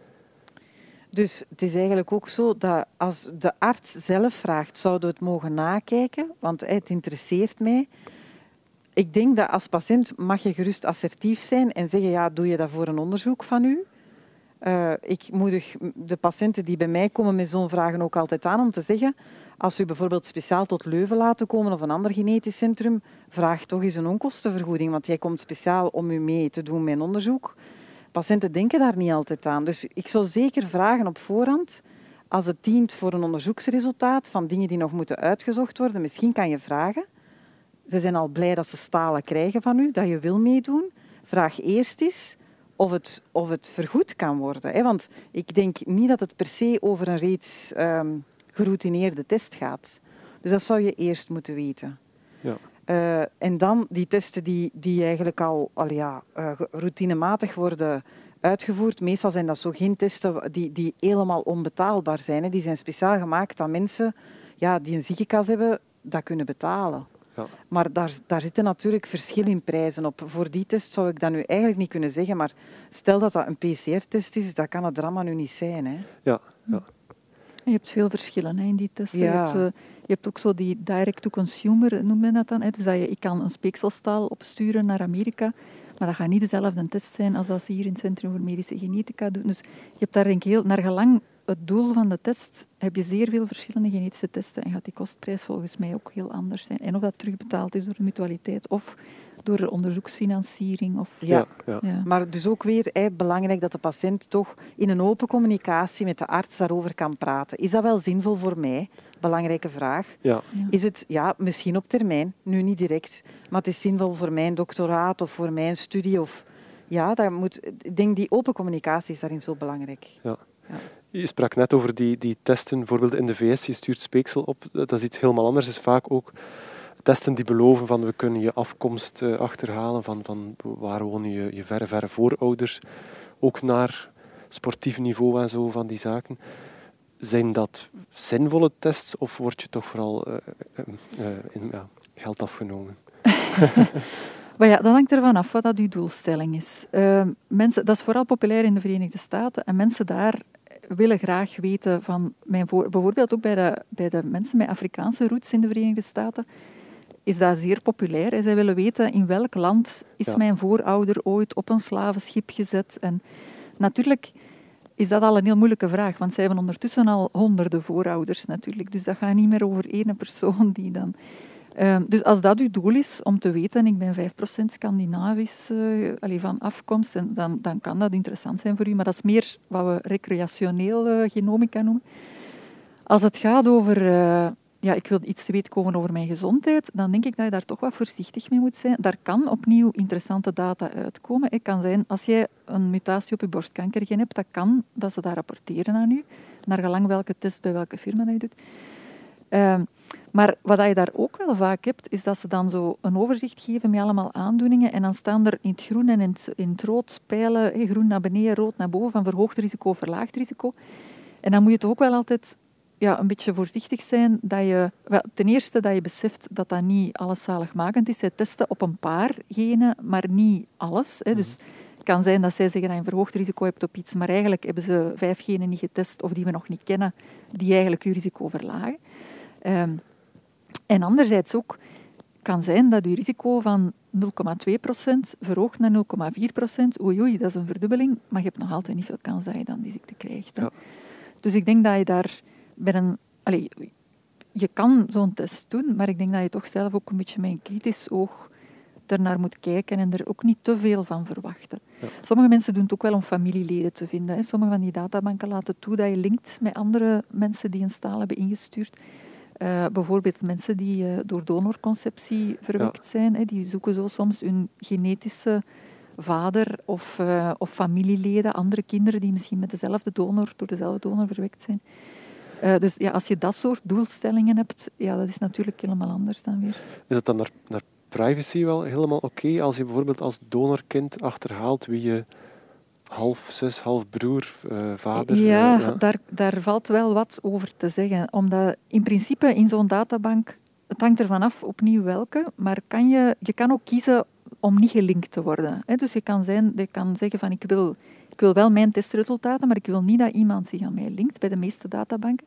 Dus het is eigenlijk ook zo dat als de arts zelf vraagt, zouden we het mogen nakijken, want het interesseert mij. Ik denk dat als patiënt mag je gerust assertief zijn en zeggen, ja, doe je dat voor een onderzoek van u? Uh, ik moedig de patiënten die bij mij komen met zo'n vragen ook altijd aan om te zeggen, als u bijvoorbeeld speciaal tot Leuven laten komen of een ander genetisch centrum, vraag toch eens een onkostenvergoeding, want jij komt speciaal om u mee te doen met een onderzoek. Patiënten denken daar niet altijd aan. Dus ik zou zeker vragen op voorhand, als het dient voor een onderzoeksresultaat van dingen die nog moeten uitgezocht worden, misschien kan je vragen. Ze zijn al blij dat ze stalen krijgen van u, dat je wil meedoen. Vraag eerst eens of het, of het vergoed kan worden. Hè? Want ik denk niet dat het per se over een reeds um, geroutineerde test gaat. Dus dat zou je eerst moeten weten. Ja. Uh, en dan die testen die, die eigenlijk al, al ja, uh, routinematig worden uitgevoerd. Meestal zijn dat zo geen testen die, die helemaal onbetaalbaar zijn. Hè. Die zijn speciaal gemaakt dat mensen ja, die een ziekenkas hebben, dat kunnen betalen. Ja. Maar daar, daar zitten natuurlijk verschil in prijzen op. Voor die test zou ik dat nu eigenlijk niet kunnen zeggen, maar stel dat dat een P C R-test is, dat kan het drama nu niet zijn. Hè. Ja, ja. Je hebt veel verschillen hè, in die testen. Ja. Je, hebt, uh, je hebt ook zo die direct-to-consumer, noem je dat dan. Hè? Dus dat je, ik kan een speekselstaal opsturen naar Amerika, maar dat gaat niet dezelfde test zijn als dat ze hier in het Centrum voor Medische Genetica doen. Dus je hebt daar denk ik heel, naar gelang het doel van de test, heb je zeer veel verschillende genetische testen en gaat die kostprijs volgens mij ook heel anders zijn. En of dat terugbetaald is door de mutualiteit of door onderzoeksfinanciering. Of, ja, ja. ja, maar dus ook weer hè, belangrijk dat de patiënt toch in een open communicatie met de arts daarover kan praten. Is dat wel zinvol voor mij? Belangrijke vraag. Ja. Ja. Is het, ja, misschien op termijn, nu niet direct, maar het is zinvol voor mijn doctoraat of voor mijn studie. Of, ja, dat moet, ik denk die open communicatie is daarin zo belangrijk. Ja. Ja. Je sprak net over die, die testen, bijvoorbeeld in de V S, je stuurt speeksel op. Dat is iets helemaal anders. Het is vaak ook testen die beloven van we kunnen je afkomst uh, achterhalen, van, van waar wonen je, je verre, verre voorouders. Ook naar sportief niveau en zo van die zaken. Zijn dat zinvolle tests of word je toch vooral uh, uh, uh, in, ja, geld afgenomen? Maar ja, dat hangt ervan af wat dat uw doelstelling is. Uh, mensen, dat is vooral populair in de Verenigde Staten en mensen daar willen graag weten van mijn voor, bijvoorbeeld ook bij de, bij de mensen met Afrikaanse roots in de Verenigde Staten is dat zeer populair. En zij willen weten in welk land is ja. mijn voorouder ooit op een slavenschip gezet. En natuurlijk is dat al een heel moeilijke vraag, want zij hebben ondertussen al honderden voorouders natuurlijk. Dus dat gaat niet meer over één persoon die dan... Uh, dus als dat uw doel is om te weten, ik ben vijf procent Scandinavisch uh, allee, van afkomst, en dan, dan kan dat interessant zijn voor u. Maar dat is meer wat we recreationeel uh, genomica noemen. Als het gaat over, uh, ja, ik wil iets te weten komen over mijn gezondheid, dan denk ik dat je daar toch wat voorzichtig mee moet zijn. Daar kan opnieuw interessante data uitkomen. Het kan zijn, als jij een mutatie op je borstkankergen hebt, dat kan dat ze dat rapporteren aan u, naar gelang welke test bij welke firma dat je doet. Uh, Maar wat je daar ook wel vaak hebt, is dat ze dan zo een overzicht geven met allemaal aandoeningen en dan staan er in het groen en in het, in het rood pijlen, hey, groen naar beneden, rood naar boven, van verhoogd risico, verlaagd risico. En dan moet je toch ook wel altijd ja, een beetje voorzichtig zijn dat je... Wel, ten eerste dat je beseft dat dat niet alles zaligmakend is. Zij testen op een paar genen, maar niet alles. Hè. Dus het kan zijn dat zij zeggen dat je een verhoogd risico hebt op iets, maar eigenlijk hebben ze vijf genen niet getest of die we nog niet kennen, die eigenlijk je risico verlagen. Um, en anderzijds ook kan zijn dat je risico van nul komma twee procent verhoogt naar nul komma vier procent. Oei, oei, dat is een verdubbeling, maar je hebt nog altijd niet veel kans dat je dan die ziekte krijgt. Hè. Ja. Dus ik denk dat je daar bij een... Allez, je kan zo'n test doen, maar ik denk dat je toch zelf ook een beetje met een kritisch oog ernaar moet kijken en er ook niet te veel van verwachten. Ja. Sommige mensen doen het ook wel om familieleden te vinden. Hè. Sommige van die databanken laten toe dat je linkt met andere mensen die een staal hebben ingestuurd. Uh, bijvoorbeeld mensen die uh, door donorconceptie verwekt ja. zijn. Hè, die zoeken zo soms hun genetische vader of, uh, of familieleden, andere kinderen die misschien met dezelfde donor, door dezelfde donor verwekt zijn. Uh, dus ja, als je dat soort doelstellingen hebt, ja, dat is natuurlijk helemaal anders dan weer. Is het dan naar, naar privacy wel helemaal oké okay, als je bijvoorbeeld als donorkind achterhaalt wie je half zus, half broer, uh, vader... Ja, uh, ja. Daar, daar valt wel wat over te zeggen. Omdat in principe in zo'n databank, het hangt ervan af opnieuw welke, maar kan je, je kan ook kiezen om niet gelinkt te worden. Hè? Dus je kan, zijn, je kan zeggen van ik wil, ik wil wel mijn testresultaten, maar ik wil niet dat iemand zich aan mij linkt, bij de meeste databanken.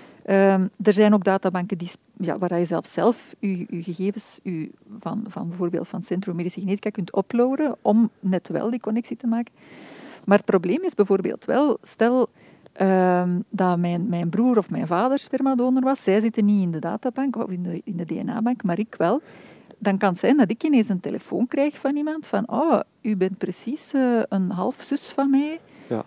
Um, er zijn ook databanken die, ja, waar je zelf, zelf je, je gegevens je, van, van bijvoorbeeld van Centrum Medische Genetica kunt uploaden om net wel die connectie te maken. Maar het probleem is bijvoorbeeld wel, stel um, dat mijn, mijn broer of mijn vader spermadonor was, zij zitten niet in de databank of in de, in de D N A-bank, maar ik wel. Dan kan het zijn dat ik ineens een telefoon krijg van iemand van oh, u bent precies uh, een halfzus van mij.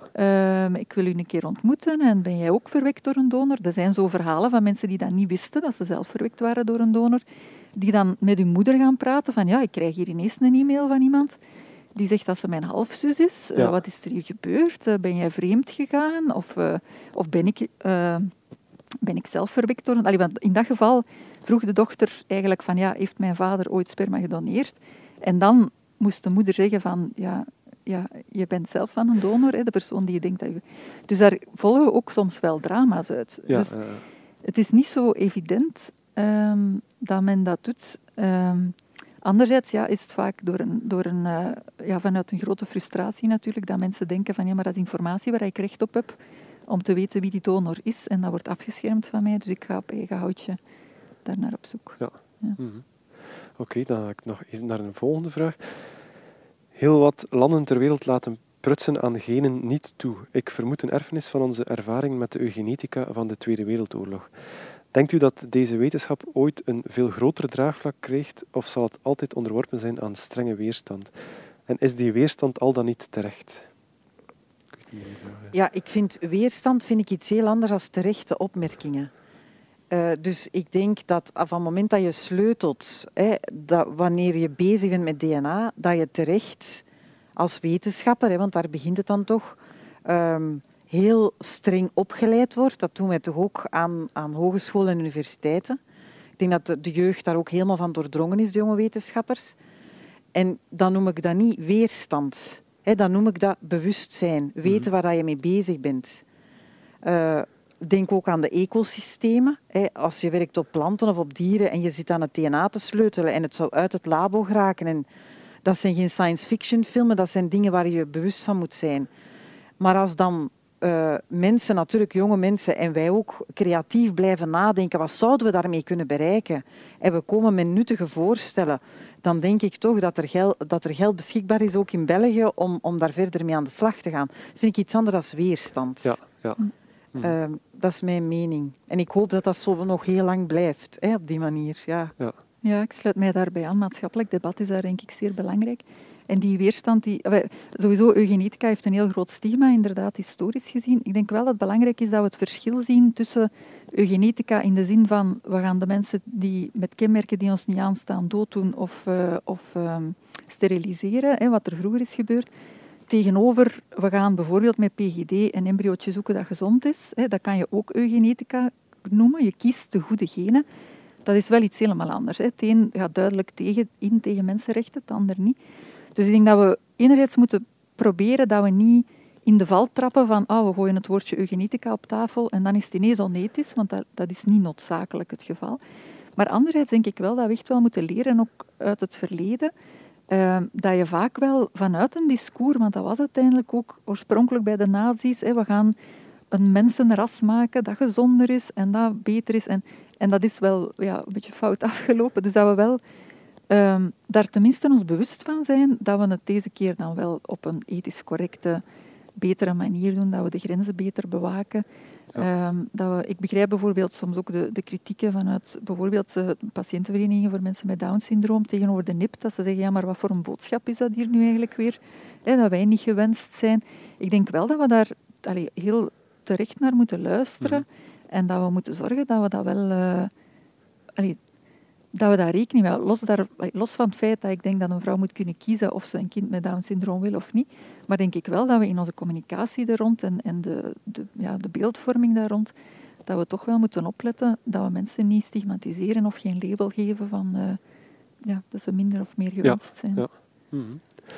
Ja. Um, ik wil u een keer ontmoeten en ben jij ook verwekt door een donor? Er zijn zo verhalen van mensen die dat niet wisten, dat ze zelf verwekt waren door een donor, die dan met hun moeder gaan praten van ja, ik krijg hier ineens een e-mail van iemand die zegt dat ze mijn halfzus is. Ja. Uh, wat is er hier gebeurd? Uh, ben jij vreemd gegaan? Of, uh, of ben, ik, uh, ben ik zelf verwekt door een... Allee, want in dat geval vroeg de dochter eigenlijk van ja, heeft mijn vader ooit sperma gedoneerd? En dan moest de moeder zeggen van ja, ja je bent zelf van een donor, hè, de persoon die je denkt dat je... Dus daar volgen ook soms wel drama's uit. Ja, dus uh... het is niet zo evident um, dat men dat doet. Um, Anderzijds ja, is het vaak door een, door een, uh, ja, vanuit een grote frustratie natuurlijk, dat mensen denken van ja, maar dat is informatie waar ik recht op heb om te weten wie die donor is en dat wordt afgeschermd van mij, dus ik ga op eigen houtje daar naar op zoek. Ja. Ja. Mm-hmm. Oké, okay, dan ga ik nog even naar een volgende vraag. Heel wat landen ter wereld laten prutsen aan genen niet toe. Ik vermoed een erfenis van onze ervaring met de eugenetica van de Tweede Wereldoorlog. Denkt u dat deze wetenschap ooit een veel groter draagvlak krijgt of zal het altijd onderworpen zijn aan strenge weerstand? En is die weerstand al dan niet terecht? Ik weet niet zo, ja. ja, ik vind weerstand vind ik iets heel anders dan terechte opmerkingen. Uh, dus ik denk dat van het moment dat je sleutelt, hè, dat wanneer je bezig bent met D N A, dat je terecht als wetenschapper, hè, want daar begint het dan toch... Um, heel streng opgeleid wordt. Dat doen wij toch ook aan, aan hogescholen en universiteiten. Ik denk dat de, de jeugd daar ook helemaal van doordrongen is, de jonge wetenschappers. En dan noem ik dat niet weerstand. He, dan noem ik dat bewustzijn. Weten waar je mee bezig bent. Uh, denk ook aan de ecosystemen. He, als je werkt op planten of op dieren en je zit aan het D N A te sleutelen en het zou uit het labo geraken. En dat zijn geen science fiction filmen, dat zijn dingen waar je bewust van moet zijn. Maar als dan... Uh, mensen, natuurlijk jonge mensen en wij ook creatief blijven nadenken, wat zouden we daarmee kunnen bereiken? En we komen met nuttige voorstellen, dan denk ik toch dat er geld, dat er geld beschikbaar is, ook in België, om, om daar verder mee aan de slag te gaan. Dat vind ik iets anders dan weerstand. Ja, ja. Uh, dat is mijn mening. En ik hoop dat dat zo nog heel lang blijft, hè, op die manier. Ja. Ja. Ja, ik sluit mij daarbij aan. Maatschappelijk debat is daar denk ik zeer belangrijk. En die weerstand, die, sowieso eugenetica heeft een heel groot stigma, inderdaad, historisch gezien. Ik denk wel dat het belangrijk is dat we het verschil zien tussen eugenetica in de zin van we gaan de mensen die met kenmerken die ons niet aanstaan dooddoen of, uh, of uh, steriliseren, hè, wat er vroeger is gebeurd, tegenover we gaan bijvoorbeeld met P G D een embryootje zoeken dat gezond is. Hè, dat kan je ook eugenetica noemen. Je kiest de goede genen. dat is wel iets helemaal anders. Hè. Het een gaat duidelijk tegen, in tegen mensenrechten, het ander niet. Dus ik denk dat we enerzijds moeten proberen dat we niet in de val trappen van oh, we gooien het woordje eugenetica op tafel en dan is het ineens onethisch, want dat, dat is niet noodzakelijk het geval. Maar anderzijds denk ik wel dat we echt wel moeten leren, ook uit het verleden, uh, dat je vaak wel vanuit een discours, want dat was uiteindelijk ook oorspronkelijk bij de nazi's, hè, we gaan een mensenras maken dat gezonder is en dat beter is. En, en dat is wel ja, een beetje fout afgelopen. Dus dat we wel um, daar tenminste ons bewust van zijn dat we het deze keer dan wel op een ethisch correcte, betere manier doen, dat we de grenzen beter bewaken. Ja. Um, dat we, ik begrijp bijvoorbeeld soms ook de, de kritieken vanuit bijvoorbeeld de patiëntenverenigingen voor mensen met Down-syndroom tegenover de N I P, dat ze zeggen, ja, maar wat voor een boodschap is dat hier nu eigenlijk weer? Hè, dat wij niet gewenst zijn. Ik denk wel dat we daar allee, heel terecht naar moeten luisteren mm. en dat we moeten zorgen dat we dat wel... Uh, allee, dat we daar rekening mee houden. Los, daar, los van het feit dat ik denk dat een vrouw moet kunnen kiezen of ze een kind met Down-syndroom wil of niet, maar denk ik wel dat we in onze communicatie daar rond en, en de, de, ja, de beeldvorming daar rond, dat we toch wel moeten opletten dat we mensen niet stigmatiseren of geen label geven van uh, ja, dat ze minder of meer gewenst zijn. Ja, ja. Mm-hmm.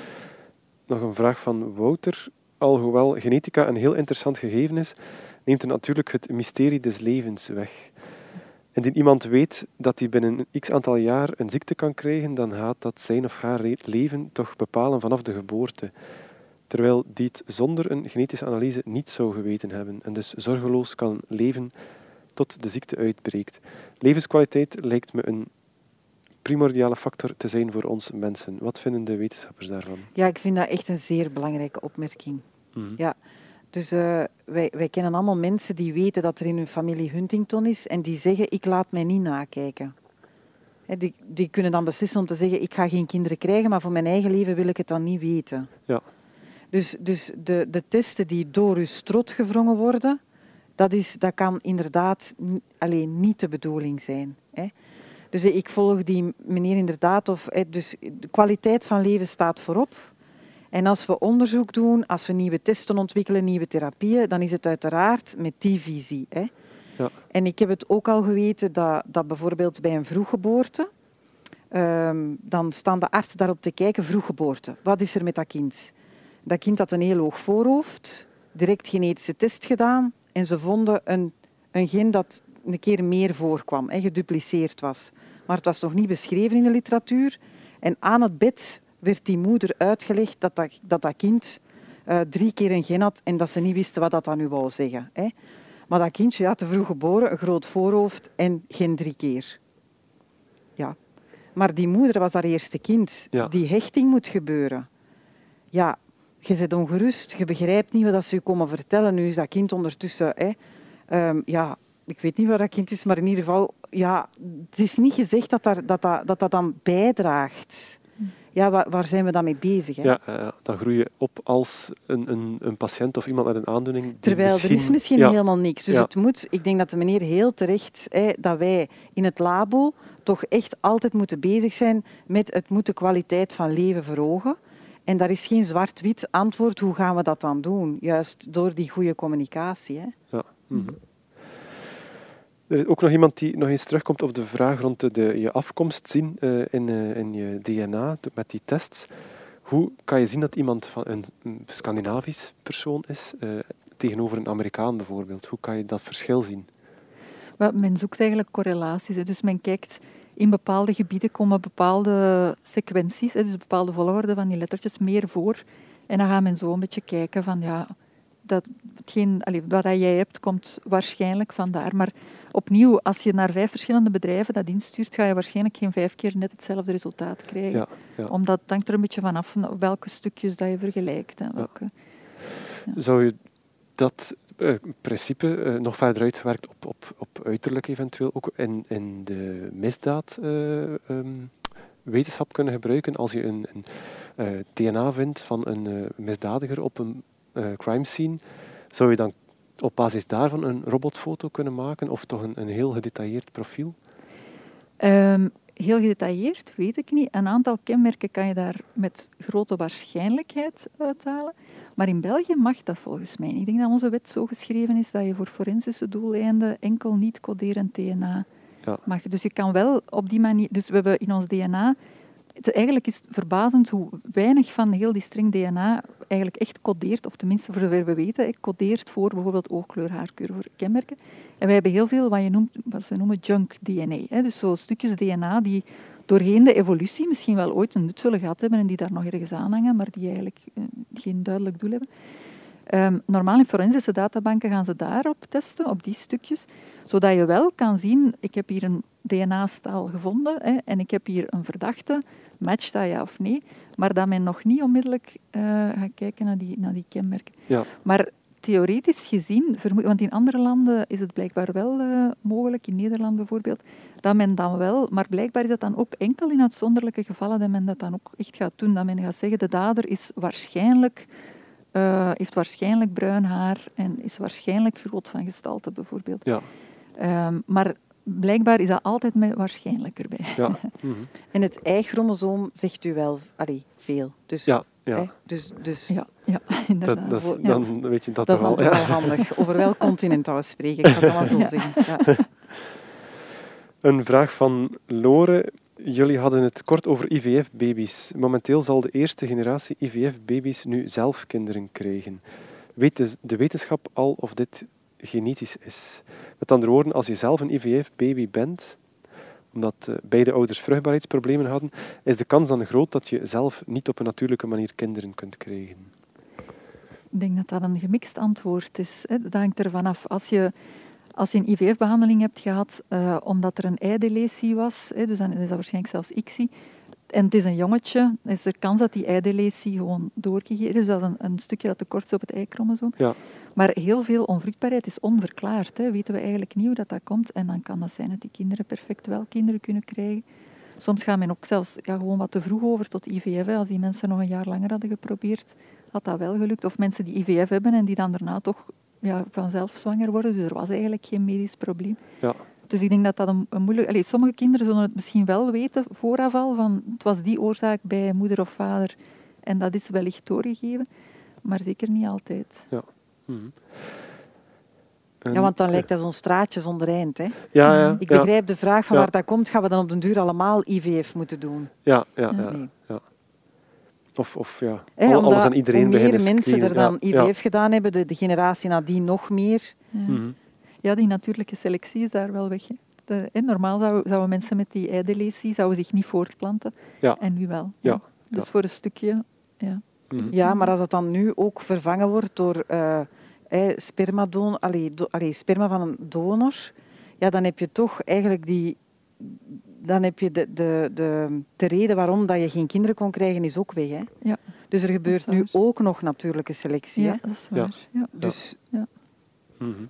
Nog een vraag van Wouter. Alhoewel genetica een heel interessant gegeven is, neemt er natuurlijk het mysterie des levens weg. Indien iemand weet dat hij binnen een x aantal jaar een ziekte kan krijgen, dan gaat dat zijn of haar leven toch bepalen vanaf de geboorte. Terwijl die het zonder een genetische analyse niet zou geweten hebben en dus zorgeloos kan leven tot de ziekte uitbreekt. Levenskwaliteit lijkt me een primordiale factor te zijn voor ons mensen. Wat vinden de wetenschappers daarvan? Ja, ik vind dat echt een zeer belangrijke opmerking. Mm-hmm. Ja. Dus uh, wij, wij kennen allemaal mensen die weten dat er in hun familie Huntington is en die zeggen, ik laat mij niet nakijken. He, die, die kunnen dan beslissen om te zeggen, ik ga geen kinderen krijgen, maar voor mijn eigen leven wil ik het dan niet weten. Ja. Dus, dus de, de testen die door uw strot gewrongen worden, dat, is, dat kan inderdaad n- alleen niet de bedoeling zijn. Hè. Dus ik volg die meneer inderdaad, of, hè, dus de kwaliteit van leven staat voorop. En als we onderzoek doen, als we nieuwe testen ontwikkelen, nieuwe therapieën, dan is het uiteraard met die visie. Hè. Ja. En ik heb het ook al geweten dat, dat bijvoorbeeld bij een vroeggeboorte, um, dan staan de artsen daarop te kijken, vroeggeboorte. Wat is er met dat kind? Dat kind had een heel hoog voorhoofd, direct genetische test gedaan en ze vonden een, een gen dat een keer meer voorkwam, hè, gedupliceerd was. Maar het was nog niet beschreven in de literatuur. En aan het bed werd die moeder uitgelegd dat dat, dat, dat kind uh, drie keer een gen had en dat ze niet wisten wat dat dan nu wou zeggen. Hè. Maar dat kindje had te vroeg geboren, een groot voorhoofd en geen drie keer. Ja. Maar die moeder was haar eerste kind. Ja. Die hechting moet gebeuren. Ja, je bent ongerust, je begrijpt niet wat ze je komen vertellen. Nu is dat kind ondertussen... Hè, um, ja, ik weet niet wat dat kind is, maar in ieder geval... Ja, het is niet gezegd dat daar, dat, dat, dat, dat dan bijdraagt. Ja, waar, waar zijn we dan mee bezig? Hè? Ja, uh, dan groei je op als een, een, een patiënt of iemand met een aandoening. Terwijl misschien, er is misschien ja. helemaal niks. Dus ja. het moet, ik denk dat de meneer heel terecht, hè, dat wij in het labo toch echt altijd moeten bezig zijn met het moet de kwaliteit van leven verhogen. En daar is geen zwart-wit antwoord. Hoe gaan we dat dan doen? Juist door die goede communicatie. Hè? Ja. Mm-hmm. Er is ook nog iemand die nog eens terugkomt op de vraag rond de, de, je afkomst zien uh, in, uh, in je D N A met die tests. Hoe kan je zien dat iemand van een, een Scandinavisch persoon is uh, tegenover een Amerikaan bijvoorbeeld? Hoe kan je dat verschil zien? Well, men zoekt eigenlijk correlaties. Hè. Dus men kijkt in bepaalde gebieden komen bepaalde sequenties, hè, dus bepaalde volgorde van die lettertjes meer voor. En dan gaat men zo een beetje kijken van ja, dat hetgeen, allez, wat jij hebt komt waarschijnlijk vandaar. Maar opnieuw, als je naar vijf verschillende bedrijven dat instuurt, ga je waarschijnlijk geen vijf keer net hetzelfde resultaat krijgen. Ja, ja. Omdat het hangt er een beetje vanaf welke stukjes dat je vergelijkt. Hè, welke, ja. Ja. Zou je dat uh, principe uh, nog verder uitgewerkt op, op, op uiterlijk eventueel ook in, in de misdaad uh, um, wetenschap kunnen gebruiken als je een, een uh, D N A vindt van een uh, misdadiger op een uh, crime scene, zou je dan op basis daarvan een robotfoto kunnen maken of toch een, een heel gedetailleerd profiel? Um, heel gedetailleerd, weet ik niet. Een aantal kenmerken kan je daar met grote waarschijnlijkheid uithalen. Maar in België mag dat volgens mij. Ik denk dat onze wet zo geschreven is dat je voor forensische doeleinden enkel niet coderend D N A Ja. Maar, dus je kan wel op die manier... Dus we hebben in ons D N A... Het, eigenlijk is het verbazend hoe weinig van heel die string D N A eigenlijk echt codeert, of tenminste voor zover we weten, codeert voor bijvoorbeeld oogkleur, haarkleur, voor kenmerken. En wij hebben heel veel wat, je noemt, wat ze noemen junk D N A. Hè? Dus zo stukjes D N A die doorheen de evolutie misschien wel ooit een nut zullen gehad hebben en die daar nog ergens aan hangen, maar die eigenlijk uh, geen duidelijk doel hebben. Um, normaal in forensische databanken gaan ze daarop testen, op die stukjes, zodat je wel kan zien, ik heb hier een D N A-staal gevonden hè, en ik heb hier een verdachte, matcht dat ja of nee, maar dat men nog niet onmiddellijk uh, gaat kijken naar die, naar die kenmerken. Ja. Maar theoretisch gezien, want in andere landen is het blijkbaar wel uh, mogelijk, in Nederland bijvoorbeeld, dat men dan wel, maar blijkbaar is dat dan ook enkel in uitzonderlijke gevallen dat men dat dan ook echt gaat doen, dat men gaat zeggen, de dader is waarschijnlijk... Uh, heeft waarschijnlijk bruin haar en is waarschijnlijk groot van gestalte, bijvoorbeeld. Ja. Um, maar blijkbaar is dat altijd met waarschijnlijk erbij. Ja. Mm-hmm. En het Y-chromosoom zegt u wel allee, veel. Dus, ja, ja. Hè, dus, dus ja, ja, inderdaad. Dat, dat is, ja. Dan weet je dat, dat toch is al. dan Ja. wel handig. Over welk continent dat we spreken, ik ga het maar zo Ja. zeggen. Ja. Een vraag van Lore. Jullie hadden het kort over I V F-baby's. Momenteel zal de eerste generatie I V F-baby's nu zelf kinderen krijgen. Weet de wetenschap al of dit genetisch is? Met andere woorden, als je zelf een I V F-baby bent, omdat uh, beide ouders vruchtbaarheidsproblemen hadden, is de kans dan groot dat je zelf niet op een natuurlijke manier kinderen kunt krijgen? Ik denk dat dat een gemixt antwoord is. Hè. Dat hangt ervan af. Als je... Als je een I V F-behandeling hebt gehad uh, omdat er een eideletie was, hè, dus dan is dat waarschijnlijk zelfs I C S I, en het is een jongetje, is er kans dat die eideletie gewoon doorgegeven is. Dus dat is een, een stukje dat tekort is op het Y-chromosoom. Ja. Maar heel veel onvruchtbaarheid is onverklaard. Hè. Weten we eigenlijk niet hoe dat, dat komt. En dan kan dat zijn dat die kinderen perfect wel kinderen kunnen krijgen. Soms gaat men ook zelfs ja, gewoon wat te vroeg over tot I V F. Hè. Als die mensen nog een jaar langer hadden geprobeerd, had dat wel gelukt. Of mensen die I V F hebben en die dan daarna toch... Ja, vanzelf zwanger worden, dus er was eigenlijk geen medisch probleem. Ja. Dus ik denk dat dat een, een moeilijk... Allee, sommige kinderen zullen het misschien wel weten vooraf al, van het was die oorzaak bij moeder of vader en dat is wellicht doorgegeven, maar zeker niet altijd. Ja. Mm-hmm. Ja, want dan lijkt dat zo'n straatje zonder eind. Hè? Ja, ja, Ik ja. begrijp de vraag van Ja. waar dat komt, gaan we dan op den duur allemaal I V F moeten doen? Ja, ja, ja. Nee. ja. Of, of ja, Hè, Al- omdat alles aan iedereen hoe meer beginnen mensen screenen. er dan ja. I V F Ja. gedaan hebben, de, de generatie nadien nog meer. Ja. Mm-hmm. Ja, die natuurlijke selectie is daar wel weg. Hè. De, hè, normaal zouden, zouden mensen met die eideletie zouden zich niet voortplanten, Ja. en nu wel. Ja. Dus Ja. voor een stukje... Ja. Mm-hmm. Ja, maar als dat dan nu ook vervangen wordt door uh, eh, spermadon, allee, do, allee, sperma van een donor, ja, dan heb je toch eigenlijk die... Dan heb je de, de, de, de reden waarom dat je geen kinderen kon krijgen, is ook weg. Hè? Ja. Dus er gebeurt nu waar. ook nog natuurlijke selectie. Ja, Hè? dat is waar. Ja. Dus Ja. Mm-hmm.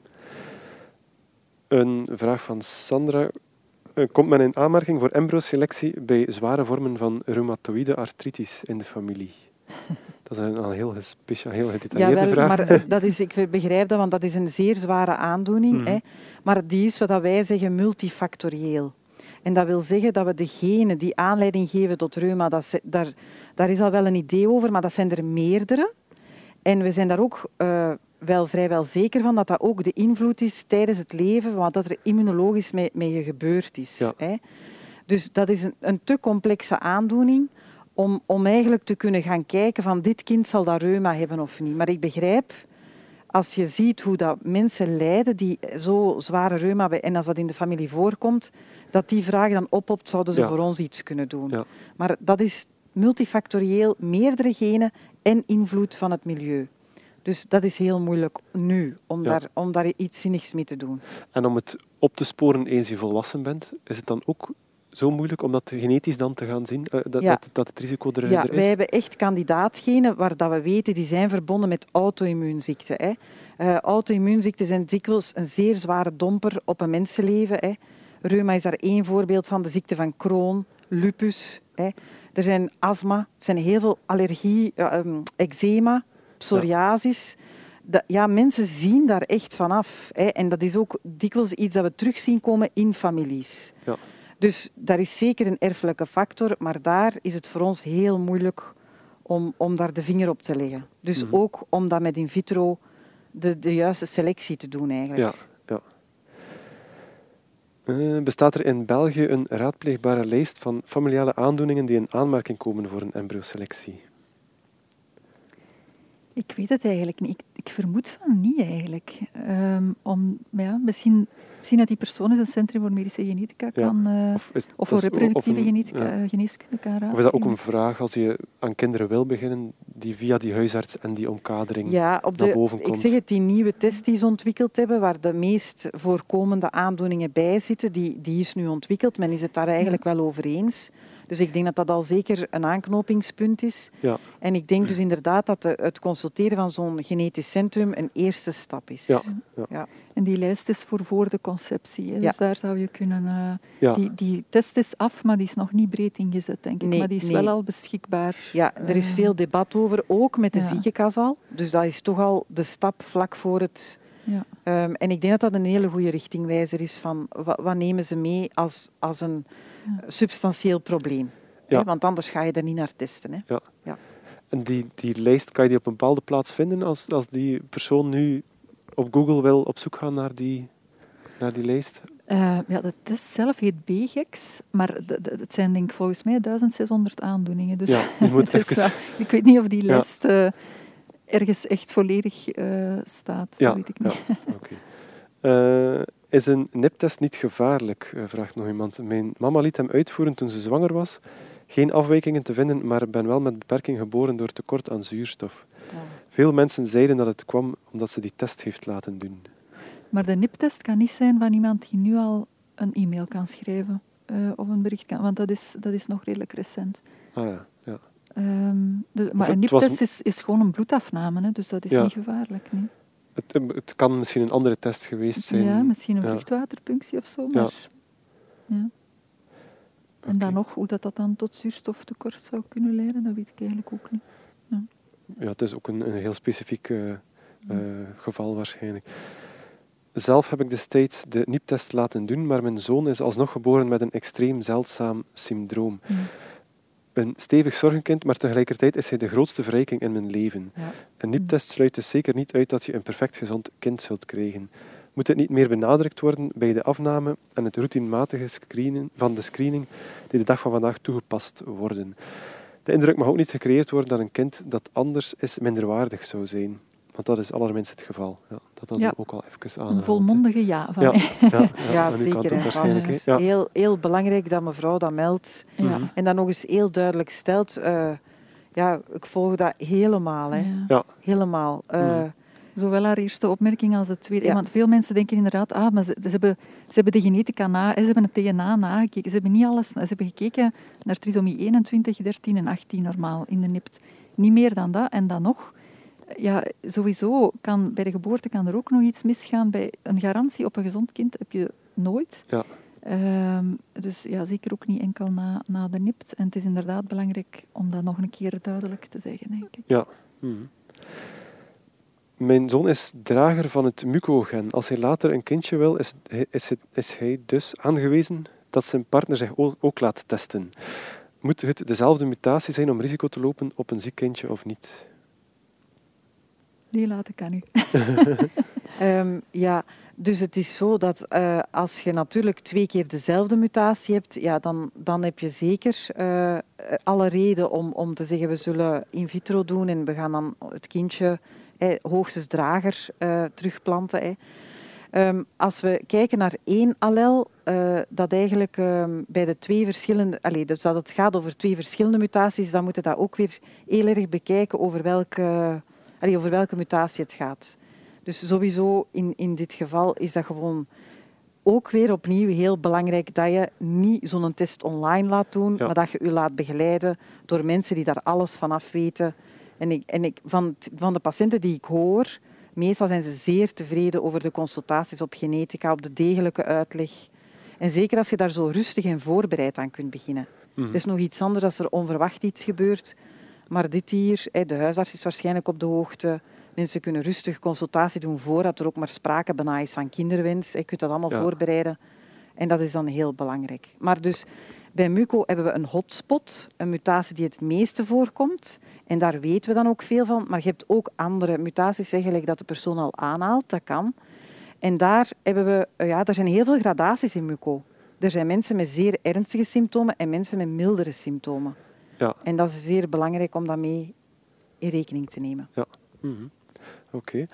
Een vraag van Sandra. Uh, Komt men in aanmerking voor embryoselectie bij zware vormen van reumatoïde artritis in de familie? Dat is een, een heel, gespecia- heel gedetailleerde Jawel, vraag. maar uh, dat is, ik begrijp dat, want dat is een zeer zware aandoening. Mm-hmm. Hè? Maar die is wat wij zeggen multifactorieel. En dat wil zeggen dat we de genen die aanleiding geven tot reuma, dat ze, daar, daar is al wel een idee over, maar dat zijn er meerdere. En we zijn daar ook uh, wel vrijwel zeker van dat dat ook de invloed is tijdens het leven, wat dat er immunologisch met, met je gebeurd is. Ja. Hè? Dus dat is een, een te complexe aandoening om, om eigenlijk te kunnen gaan kijken van dit kind zal dat reuma hebben of niet. Maar ik begrijp, als je ziet hoe dat mensen lijden die zo zware reuma hebben en als dat in de familie voorkomt, dat die vraag dan oppopt, zouden ze Ja. voor ons iets kunnen doen. Ja. Maar dat is multifactorieel, meerdere genen en invloed van het milieu. Dus dat is heel moeilijk nu, om, Ja. daar, om daar iets zinnigs mee te doen. En om het op te sporen eens je volwassen bent, is het dan ook zo moeilijk om dat genetisch dan te gaan zien? Uh, dat, Ja. dat, dat het risico er, Ja, er is? wij hebben echt kandidaatgenen waar dat we weten die zijn verbonden met auto-immuunziekten. Hè. Uh, auto-immuunziekten zijn dikwijls een zeer zware domper op een mensenleven. Hè. Reuma is daar één voorbeeld van, de ziekte van Crohn, lupus. Hè. Er zijn astma, er zijn heel veel allergie, uh, um, eczema, psoriasis. Dat, ja, mensen zien daar echt vanaf. Hè. En dat is ook dikwijls iets dat we terug zien komen in families. Ja. Dus daar is zeker een erfelijke factor, maar daar is het voor ons heel moeilijk om, om daar de vinger op te leggen. Dus Mm-hmm. ook om dat met in vitro de, de juiste selectie te doen eigenlijk. Ja, ja. Uh, bestaat er in België een raadpleegbare lijst van familiale aandoeningen die in aanmerking komen voor een embryoselectie? Ik weet het eigenlijk niet. Ik, ik vermoed van niet eigenlijk. Um, om, ja, misschien, misschien dat die persoon eens een centrum voor medische genetica kan, ja. uh, of, is, of voor reproductieve of een, genetica, ja. geneeskunde kan raadplegen. Of is dat ook een vraag als je aan kinderen wil beginnen, die via die huisarts en die omkadering ja, op de, naar boven komt? Ik zeg het, die nieuwe test die ze ontwikkeld hebben, waar de meest voorkomende aandoeningen bij zitten, die, die is nu ontwikkeld. Men is het daar eigenlijk ja. wel over eens. Dus ik denk dat dat al zeker een aanknopingspunt is. Ja. En ik denk dus inderdaad dat de, het consulteren van zo'n genetisch centrum een eerste stap is. Ja. Ja. Ja. En die lijst is voor voor de conceptie. Hè? Ja. Dus daar zou je kunnen... Uh, ja. die, die test is af, maar die is nog niet breed ingezet, denk ik. Nee, maar die is nee. wel al beschikbaar. Ja, er is veel debat over, ook met de ja. ziekenkas al. Dus dat is toch al de stap vlak voor het... Ja. Um, en ik denk dat dat een hele goede richtingwijzer is van wat, wat nemen ze mee als, als een ja. substantieel probleem. Ja. Hè? Want anders ga je er niet naar testen. Hè? Ja. Ja. En die, die lijst, kan je die op een bepaalde plaats vinden als, als die persoon nu op Google wil op zoek gaan naar die, naar die lijst? Uh, ja, de test zelf heet B G E X, maar de, de, het zijn denk ik volgens mij duizend zeshonderd aandoeningen. Dus ja, je moet even... wel, ik weet niet of die lijst... Uh, ergens echt volledig uh, staat. Ja, dat weet ik niet. Ja, okay. uh, is een niptest niet gevaarlijk? Uh, vraagt nog iemand. Mijn mama liet hem uitvoeren toen ze zwanger was. Geen afwijkingen te vinden, maar ben wel met beperking geboren door tekort aan zuurstof. Ja. Veel mensen zeiden dat het kwam omdat ze die test heeft laten doen. Maar de niptest kan niet zijn van iemand die nu al een e-mail kan schrijven uh, of een bericht kan, want dat is, dat is nog redelijk recent. Ah ja, ja. Um, dus, maar een niptest was... is, is gewoon een bloedafname, hè, dus dat is ja. niet gevaarlijk. Nee. Het, het kan misschien een andere test geweest zijn. Ja, misschien een ja. vruchtwaterpunctie of zo. Maar... Ja. Ja. En okay. dan nog, hoe dat, dat dan tot zuurstoftekort zou kunnen leiden, dat weet ik eigenlijk ook niet. Ja, ja het is ook een, een heel specifiek uh, uh, geval waarschijnlijk. Zelf heb ik destijds de niptest laten doen, maar mijn zoon is alsnog geboren met een extreem zeldzaam syndroom. Ja. Een stevig zorgenkind, maar tegelijkertijd is hij de grootste verrijking in mijn leven. Ja. Een niptest sluit dus zeker niet uit dat je een perfect gezond kind zult krijgen. Moet het niet meer benadrukt worden bij de afname en het routinematige screenen van de screening die de dag van vandaag toegepast worden? De indruk mag ook niet gecreëerd worden dat een kind dat anders is minderwaardig zou zijn. Want dat is allerminst het geval. Ja, dat was ja. ook al even aan. Een volmondige ja van ja. mij. Ja, ja, ja zeker. Het is ja. heel, heel belangrijk dat mevrouw dat meldt. Ja. En dan nog eens heel duidelijk stelt. Uh, ja, ik volg dat helemaal. Hè. Ja. Ja. Helemaal. Uh, mm. Zowel haar eerste opmerking als de tweede. Ja. Want veel mensen denken inderdaad, ah, maar ze, ze, hebben, ze hebben de genetica na, ze hebben het D N A nagekeken. Ze hebben niet alles, ze hebben gekeken naar trisomie eenentwintig, dertien en achttien normaal in de N I P T. Niet meer dan dat. En dan nog, ja, sowieso kan bij de geboorte kan er ook nog iets misgaan. Bij een garantie op een gezond kind heb je nooit. Ja. Um, dus ja, zeker ook niet enkel na, na de N I P T. En het is inderdaad belangrijk om dat nog een keer duidelijk te zeggen, denk ik. Ja. Mm. Mijn zoon is drager van het mucogen. Als hij later een kindje wil, is, is, het, is hij dus aangewezen dat zijn partner zich ook laat testen. Moet het dezelfde mutatie zijn om risico te lopen op een ziek kindje of niet? Die laat ik aan u. um, ja, dus het is zo dat uh, als je natuurlijk twee keer dezelfde mutatie hebt, ja, dan, dan heb je zeker uh, alle reden om, om te zeggen we zullen in vitro doen en we gaan dan het kindje eh, hoogstens drager uh, terugplanten. Eh. Um, als we kijken naar één allel, uh, dat eigenlijk um, bij de twee verschillende... Allez, dus dat het gaat over twee verschillende mutaties, dan moeten we dat ook weer heel erg bekijken over welke, allez, over welke mutatie het gaat. Dus sowieso in, in dit geval is dat gewoon ook weer opnieuw heel belangrijk dat je niet zo'n test online laat doen, ja. maar dat je je laat begeleiden door mensen die daar alles van af weten. En, ik, en ik, van, van de patiënten die ik hoor, meestal zijn ze zeer tevreden over de consultaties op genetica, op de degelijke uitleg. En zeker als je daar zo rustig en voorbereid aan kunt beginnen. Mm-hmm. Het is nog iets anders als er onverwacht iets gebeurt. Maar dit hier, de huisarts is waarschijnlijk op de hoogte. Mensen kunnen rustig consultatie doen voordat er ook maar sprake bijna is van kinderwens. Je kunt dat allemaal ja. voorbereiden. En dat is dan heel belangrijk. Maar dus bij muco hebben we een hotspot, een mutatie die het meeste voorkomt. En daar weten we dan ook veel van. Maar je hebt ook andere mutaties, eigenlijk dat de persoon al aanhaalt. Dat kan. En daar, hebben we, uh, ja, er zijn heel veel gradaties in muco. Er zijn mensen met zeer ernstige symptomen en mensen met mildere symptomen. Ja. En dat is zeer belangrijk om dat mee in rekening te nemen. Ja. Mm-hmm. Oké. Okay.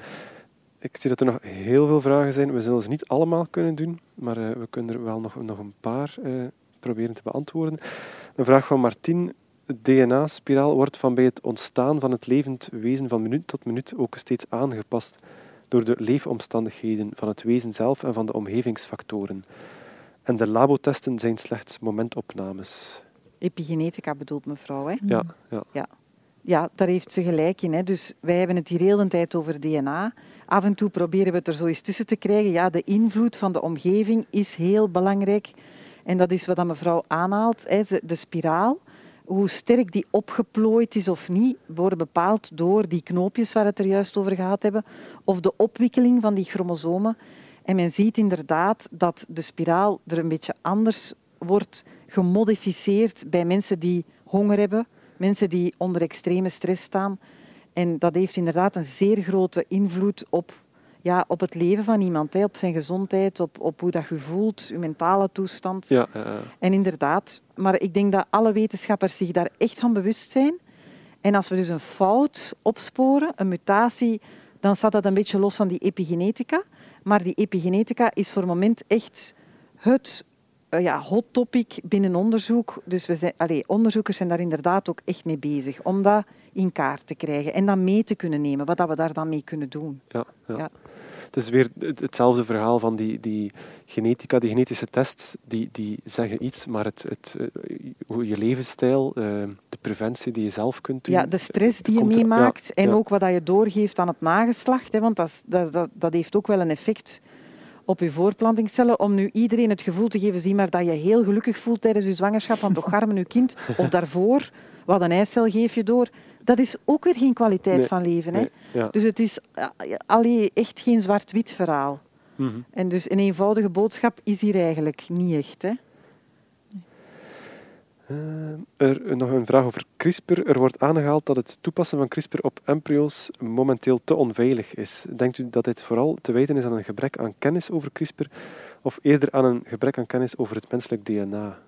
Ik zie dat er nog heel veel vragen zijn. We zullen ze niet allemaal kunnen doen, maar uh, we kunnen er wel nog, nog een paar uh, proberen te beantwoorden. Een vraag van Martien. Het D N A-spiraal wordt van bij het ontstaan van het levend wezen van minuut tot minuut ook steeds aangepast door de leefomstandigheden van het wezen zelf en van de omgevingsfactoren. En de labotesten zijn slechts momentopnames. Epigenetica bedoelt mevrouw, hè? Ja, ja. ja. Ja, daar heeft ze gelijk in. Hè. Dus wij hebben het hier heel de tijd over D N A. Af en toe proberen we het er zo eens tussen te krijgen. Ja, de invloed van de omgeving is heel belangrijk. En dat is wat mevrouw aanhaalt. Hè. De spiraal, hoe sterk die opgeplooid is of niet, wordt bepaald door die knoopjes waar we het er juist over gehad hebben, of de opwikkeling van die chromosomen. En men ziet inderdaad dat de spiraal er een beetje anders wordt gemodificeerd bij mensen die honger hebben, mensen die onder extreme stress staan. En dat heeft inderdaad een zeer grote invloed op, ja, op het leven van iemand, hè, op zijn gezondheid, op, op hoe dat je voelt, je mentale toestand. Ja, uh... En inderdaad, maar ik denk dat alle wetenschappers zich daar echt van bewust zijn. En als we dus een fout opsporen, een mutatie, dan staat dat een beetje los van die epigenetica. Maar die epigenetica is voor het moment echt het uh, ja, hot topic binnen onderzoek. Dus we zijn, allez, onderzoekers zijn daar inderdaad ook echt mee bezig om dat in kaart te krijgen en dat mee te kunnen nemen, wat dat we daar dan mee kunnen doen. Ja, ja. Ja. Het is weer hetzelfde verhaal van die, die genetica, die genetische tests, die, die zeggen iets, maar het, het, hoe je levensstijl, de preventie die je zelf kunt doen. Ja, de stress die je meemaakt ja, en ja. ook wat je doorgeeft aan het nageslacht, hè, want dat, dat, dat, dat heeft ook wel een effect op je voorplantingscellen, om nu iedereen het gevoel te geven, zie maar dat je heel gelukkig voelt tijdens je zwangerschap, want toch garmen je kind, of daarvoor, wat een eicel geef je door. Dat is ook weer geen kwaliteit nee, van leven. Hè? Nee, ja. Dus het is allee, echt geen zwart-wit verhaal. Mm-hmm. En dus een eenvoudige boodschap is hier eigenlijk niet echt. Hè? Uh, er, nog een vraag over CRISPR. Er wordt aangehaald dat het toepassen van CRISPR op embryo's momenteel te onveilig is. Denkt u dat dit vooral te wijten is aan een gebrek aan kennis over CRISPR of eerder aan een gebrek aan kennis over het menselijk D N A?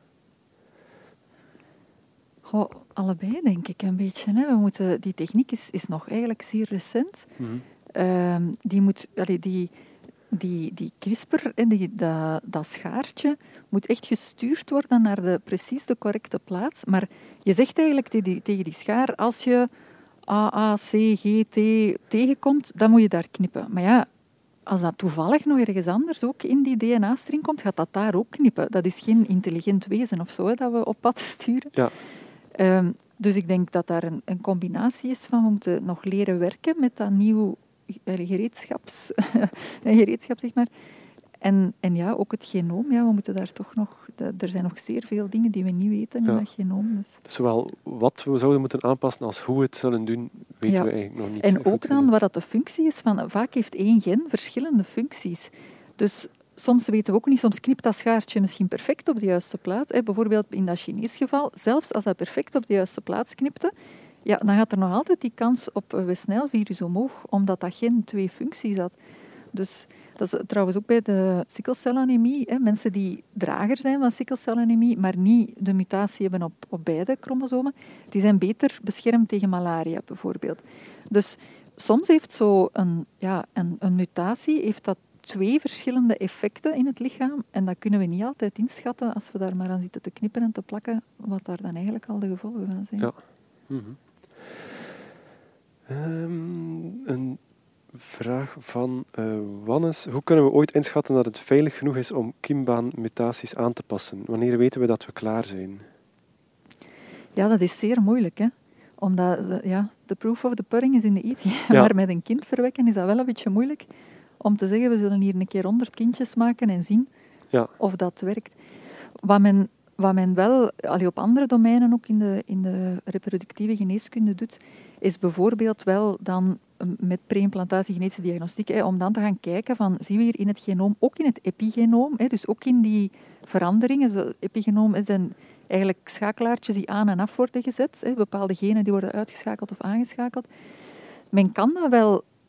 Goh, allebei denk ik een beetje. Hè. We moeten, die techniek is, is nog eigenlijk zeer recent. Mm-hmm. Uh, die, moet, allee, die, die, die CRISPR, die, dat, dat schaartje, moet echt gestuurd worden naar de precies de correcte plaats. Maar je zegt eigenlijk tegen die, tegen die schaar, als je A, A, C, G, T tegenkomt, dan moet je daar knippen. Maar ja, als dat toevallig nog ergens anders ook in die D N A-string komt, gaat dat daar ook knippen. Dat is geen intelligent wezen of zo, hè, dat we op pad sturen. Ja. Um, dus ik denk dat daar een, een combinatie is van, we moeten nog leren werken met dat nieuw gereedschaps, gereedschap, zeg maar. En, en ja, ook het genoom, ja, we moeten daar toch nog, er zijn nog zeer veel dingen die we niet weten in ja. dat genoom. Dus. Zowel wat we zouden moeten aanpassen als hoe we het zullen doen, weten ja. we eigenlijk nog niet. En ook dan wat dat de functie is, van vaak heeft één gen verschillende functies. Dus soms weten we ook niet, soms knipt dat schaartje misschien perfect op de juiste plaats. Hè. Bijvoorbeeld in dat Chinees geval, zelfs als dat perfect op de juiste plaats knipte, ja, dan gaat er nog altijd die kans op een West-Nijl-virus omhoog, omdat dat geen twee functies had. Dus dat is trouwens ook bij de sicklecelanemie. Hè. Mensen die drager zijn van sicklecelanemie, maar niet de mutatie hebben op, op beide chromosomen, die zijn beter beschermd tegen malaria bijvoorbeeld. Dus soms heeft zo een, ja, een, een mutatie heeft dat twee verschillende effecten in het lichaam en dat kunnen we niet altijd inschatten als we daar maar aan zitten te knippen en te plakken, wat daar dan eigenlijk al de gevolgen van zijn. Ja. Mm-hmm. Um, een vraag van uh, Wannes. Hoe kunnen we ooit inschatten dat het veilig genoeg is om kiembaan-mutaties aan te passen? Wanneer weten we dat we klaar zijn? Ja, dat is zeer moeilijk, hè. Omdat, ja, the proof of the pudding is in the eating. Ja. Maar met een kind verwekken is dat wel een beetje moeilijk om te zeggen, we zullen hier een keer honderd kindjes maken en zien ja. of dat werkt. Wat men, wat men wel allee, op andere domeinen ook in de, in de reproductieve geneeskunde doet, is bijvoorbeeld wel dan met pre-implantatie genetische diagnostiek, hè, om dan te gaan kijken van, zien we hier in het genoom, ook in het epigenoom, hè, dus ook in die veranderingen, het epigenoom zijn eigenlijk schakelaartjes die aan en af worden gezet, hè, bepaalde genen die worden uitgeschakeld of aangeschakeld. Men kan dat wel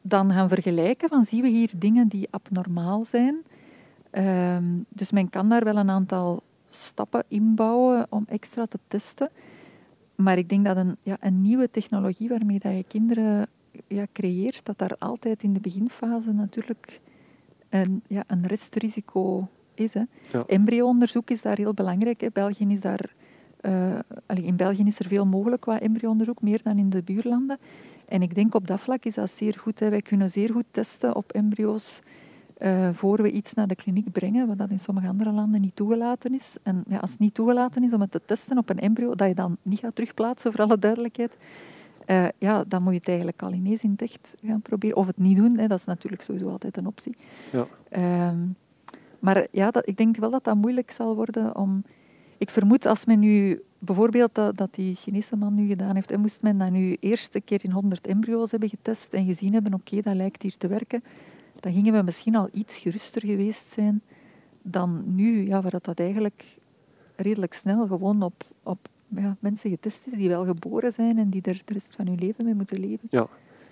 dan gaan vergelijken van zien we hier dingen die abnormaal zijn. Um, dus men kan daar wel een aantal stappen inbouwen om extra te testen. Maar ik denk dat een, ja, een nieuwe technologie waarmee dat je kinderen ja, creëert, dat daar altijd in de beginfase natuurlijk een, ja, een restrisico is. Hè. Ja. Embryo-onderzoek is daar heel belangrijk. Hè. België is daar, uh, allee, in België is er veel mogelijk qua embryo-onderzoek, meer dan in de buurlanden. En ik denk op dat vlak is dat zeer goed. Hè. Wij kunnen zeer goed testen op embryo's uh, voor we iets naar de kliniek brengen, wat dat in sommige andere landen niet toegelaten is. En ja, als het niet toegelaten is om het te testen op een embryo, dat je dan niet gaat terugplaatsen, voor alle duidelijkheid, uh, ja, dan moet je het eigenlijk al ineens in het echt gaan proberen. Of het niet doen, hè. Dat is natuurlijk sowieso altijd een optie. Ja. Um, maar ja, dat, ik denk wel dat dat moeilijk zal worden om... Ik vermoed als men nu... Bijvoorbeeld dat, dat die Chinese man nu gedaan heeft, en moest men dat nu eerst een keer in honderd embryo's hebben getest en gezien hebben, oké, okay, dat lijkt hier te werken, dan gingen we misschien al iets geruster geweest zijn dan nu, ja, waar dat, dat eigenlijk redelijk snel gewoon op, op ja, mensen getest is die wel geboren zijn en die er de rest van hun leven mee moeten leven. Ja.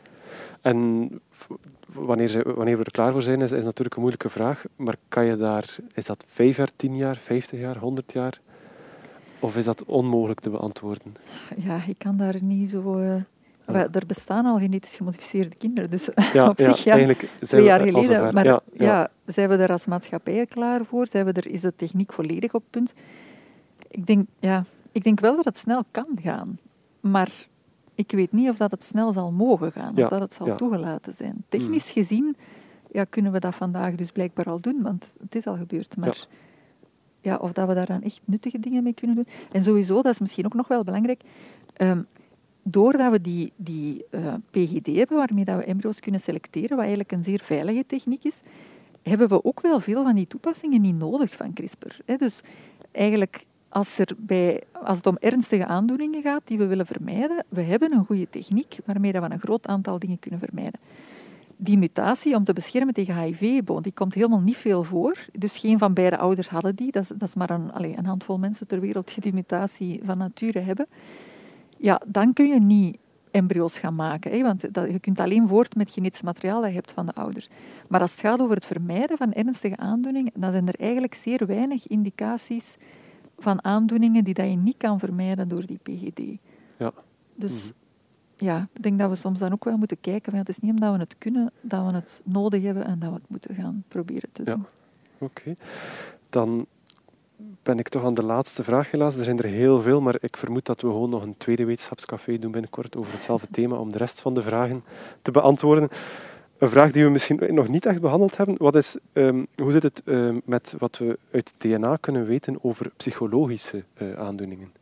En wanneer, ze, wanneer we er klaar voor zijn, is, is natuurlijk een moeilijke vraag. Maar kan je daar, is dat vijf jaar, tien jaar, vijftig jaar, honderd jaar? Of is dat onmogelijk te beantwoorden? Ja, ik kan daar niet zo... Uh, ja. Er bestaan al genetisch gemodificeerde kinderen, dus ja, op zich, ja, ja twee jaar geleden. Maar ja, ja. ja, zijn we er als maatschappij klaar voor? Zijn we er, is de techniek volledig op punt? Ik denk, ja, ik denk wel dat het snel kan gaan, maar ik weet niet of dat het snel zal mogen gaan, ja, of dat het zal ja. toegelaten zijn. Technisch mm. gezien ja, kunnen we dat vandaag dus blijkbaar al doen, want het is al gebeurd, maar... Ja. Ja, of dat we daar dan echt nuttige dingen mee kunnen doen. En sowieso, dat is misschien ook nog wel belangrijk, um, doordat we die, die uh, P G D hebben, waarmee dat we embryo's kunnen selecteren, wat eigenlijk een zeer veilige techniek is, hebben we ook wel veel van die toepassingen niet nodig van CRISPR. Hè. Dus eigenlijk, als, er bij, als het om ernstige aandoeningen gaat die we willen vermijden, we hebben een goede techniek waarmee dat we een groot aantal dingen kunnen vermijden. Die mutatie om te beschermen tegen H I V, die komt helemaal niet veel voor. Dus geen van beide ouders hadden die. Dat is, dat is maar een, allez, een handvol mensen ter wereld die die mutatie van nature hebben. Ja, dan kun je niet embryo's gaan maken. Hè, want dat, je kunt alleen voort met genetisch materiaal dat je hebt van de ouders. Maar als het gaat over het vermijden van ernstige aandoeningen, dan zijn er eigenlijk zeer weinig indicaties van aandoeningen die dat je niet kan vermijden door die P G D. Ja. Dus... Mm-hmm. Ja, ik denk dat we soms dan ook wel moeten kijken. Het is niet omdat we het kunnen, dat we het nodig hebben en dat we het moeten gaan proberen te doen. Ja. Oké. Okay. Dan ben ik toch aan de laatste vraag helaas. Er zijn er heel veel, maar ik vermoed dat we gewoon nog een tweede wetenschapscafé doen binnenkort over hetzelfde thema om de rest van de vragen te beantwoorden. Een vraag die we misschien nog niet echt behandeld hebben. Wat is, um, hoe zit het um, met wat we uit D N A kunnen weten over psychologische uh, aandoeningen?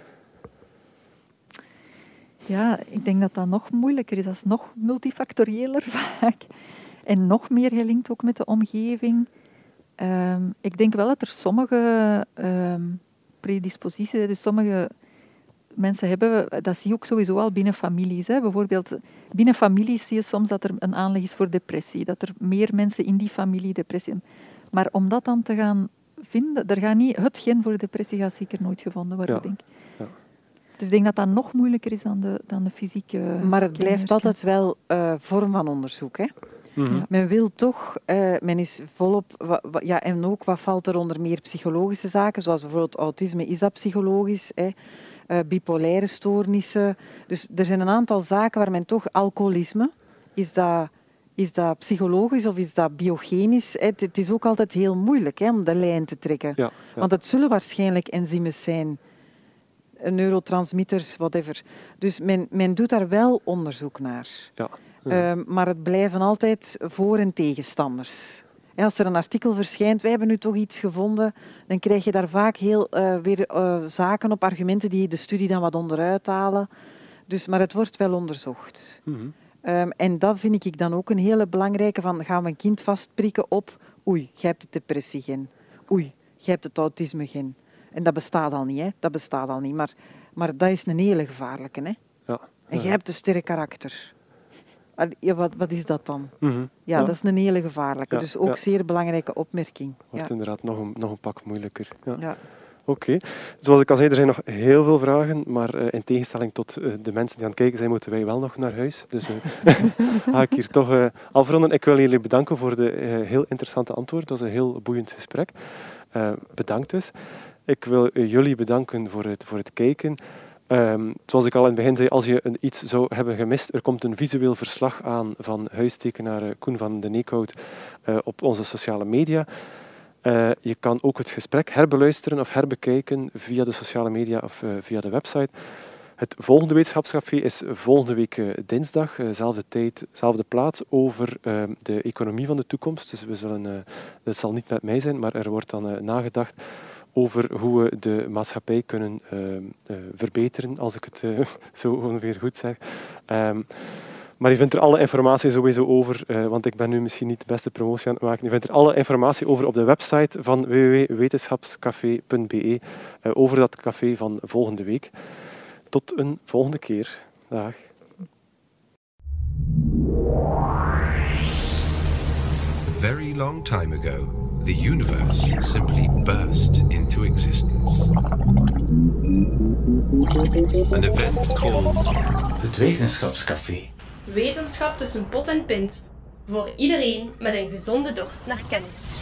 Ja, ik denk dat dat nog moeilijker is. Dat is nog multifactorieeler vaak. En nog meer gelinkt ook met de omgeving. Um, ik denk wel dat er sommige um, predisposities, dus sommige mensen hebben, dat zie je ook sowieso al binnen families. Hè. Bijvoorbeeld binnen families zie je soms dat er een aanleg is voor depressie. Dat er meer mensen in die familie depressie hebben. Maar om dat dan te gaan vinden, er gaat niet, het gen voor depressie gaat zeker nooit gevonden worden, ja. denk ik. Ja. Dus ik denk dat dat nog moeilijker is dan de, dan de fysieke... Maar het blijft altijd wel uh, vorm van onderzoek, hè? Mm-hmm. Ja. Men wil toch, uh, men is volop... Wa, wa, ja, en ook, wat valt er onder meer psychologische zaken, zoals bijvoorbeeld autisme, is dat psychologisch, hè? Uh, bipolaire stoornissen. Dus er zijn een aantal zaken waar men toch... Alcoholisme, is dat, is dat psychologisch of is dat biochemisch? Hè? Het is ook altijd heel moeilijk, hè, om de lijn te trekken. Ja, ja. Want het zullen waarschijnlijk enzymes zijn... neurotransmitters, whatever. Dus men, men doet daar wel onderzoek naar. Ja, ja. Uh, maar het blijven altijd voor- en tegenstanders. En als er een artikel verschijnt, wij hebben nu toch iets gevonden, dan krijg je daar vaak heel uh, weer uh, zaken op, argumenten die de studie dan wat onderuit halen. Dus, maar het wordt wel onderzocht. Mm-hmm. Um, en dat vind ik dan ook een hele belangrijke, van gaan we een kind vastprikken op, oei, jij hebt het depressiegen. Oei, jij hebt het autismegen. En dat bestaat al niet, hè. Dat bestaat al niet. Maar, maar dat is een hele gevaarlijke, hè. Ja. En jij hebt een sterk karakter. Ja, wat, wat is dat dan? Mm-hmm. Ja, ja, dat is een hele gevaarlijke. Ja, dus ook ja. zeer belangrijke opmerking. Wordt ja. inderdaad nog een, nog een pak moeilijker. Ja. Ja. Oké. Okay. Zoals ik al zei, er zijn nog heel veel vragen, maar uh, in tegenstelling tot uh, de mensen die aan het kijken zijn, moeten wij wel nog naar huis. Dus uh, ga ik hier toch uh, afronden. Ik wil jullie bedanken voor de uh, heel interessante antwoorden. Dat was een heel boeiend gesprek. Uh, bedankt dus. Ik wil uh, jullie bedanken voor het, voor het kijken. Um, zoals ik al in het begin zei, als je een, iets zou hebben gemist, er komt een visueel verslag aan van huistekenaar uh, Koen van den Eekhout uh, op onze sociale media. Uh, je kan ook het gesprek herbeluisteren of herbekijken via de sociale media of uh, via de website. Het volgende wetenschapscafé is volgende week uh, dinsdag, uh, zelfde tijd, zelfde plaats, over uh, de economie van de toekomst. Dus we zullen, uh, dat zal niet met mij zijn, maar er wordt dan uh, nagedacht over hoe we de maatschappij kunnen uh, uh, verbeteren, als ik het uh, zo ongeveer goed zeg. Um, Maar je vindt er alle informatie sowieso over, uh, want ik ben nu misschien niet de beste promotie aan het maken. Je vindt er alle informatie over op de website van w w w punt wetenschapscafé punt b e uh, over dat café van volgende week. Tot een volgende keer. Dag. A very long time ago, the universe simply burst into existence. An event called Het Wetenschapscafé. Wetenschap tussen pot en pint. Voor iedereen met een gezonde dorst naar kennis.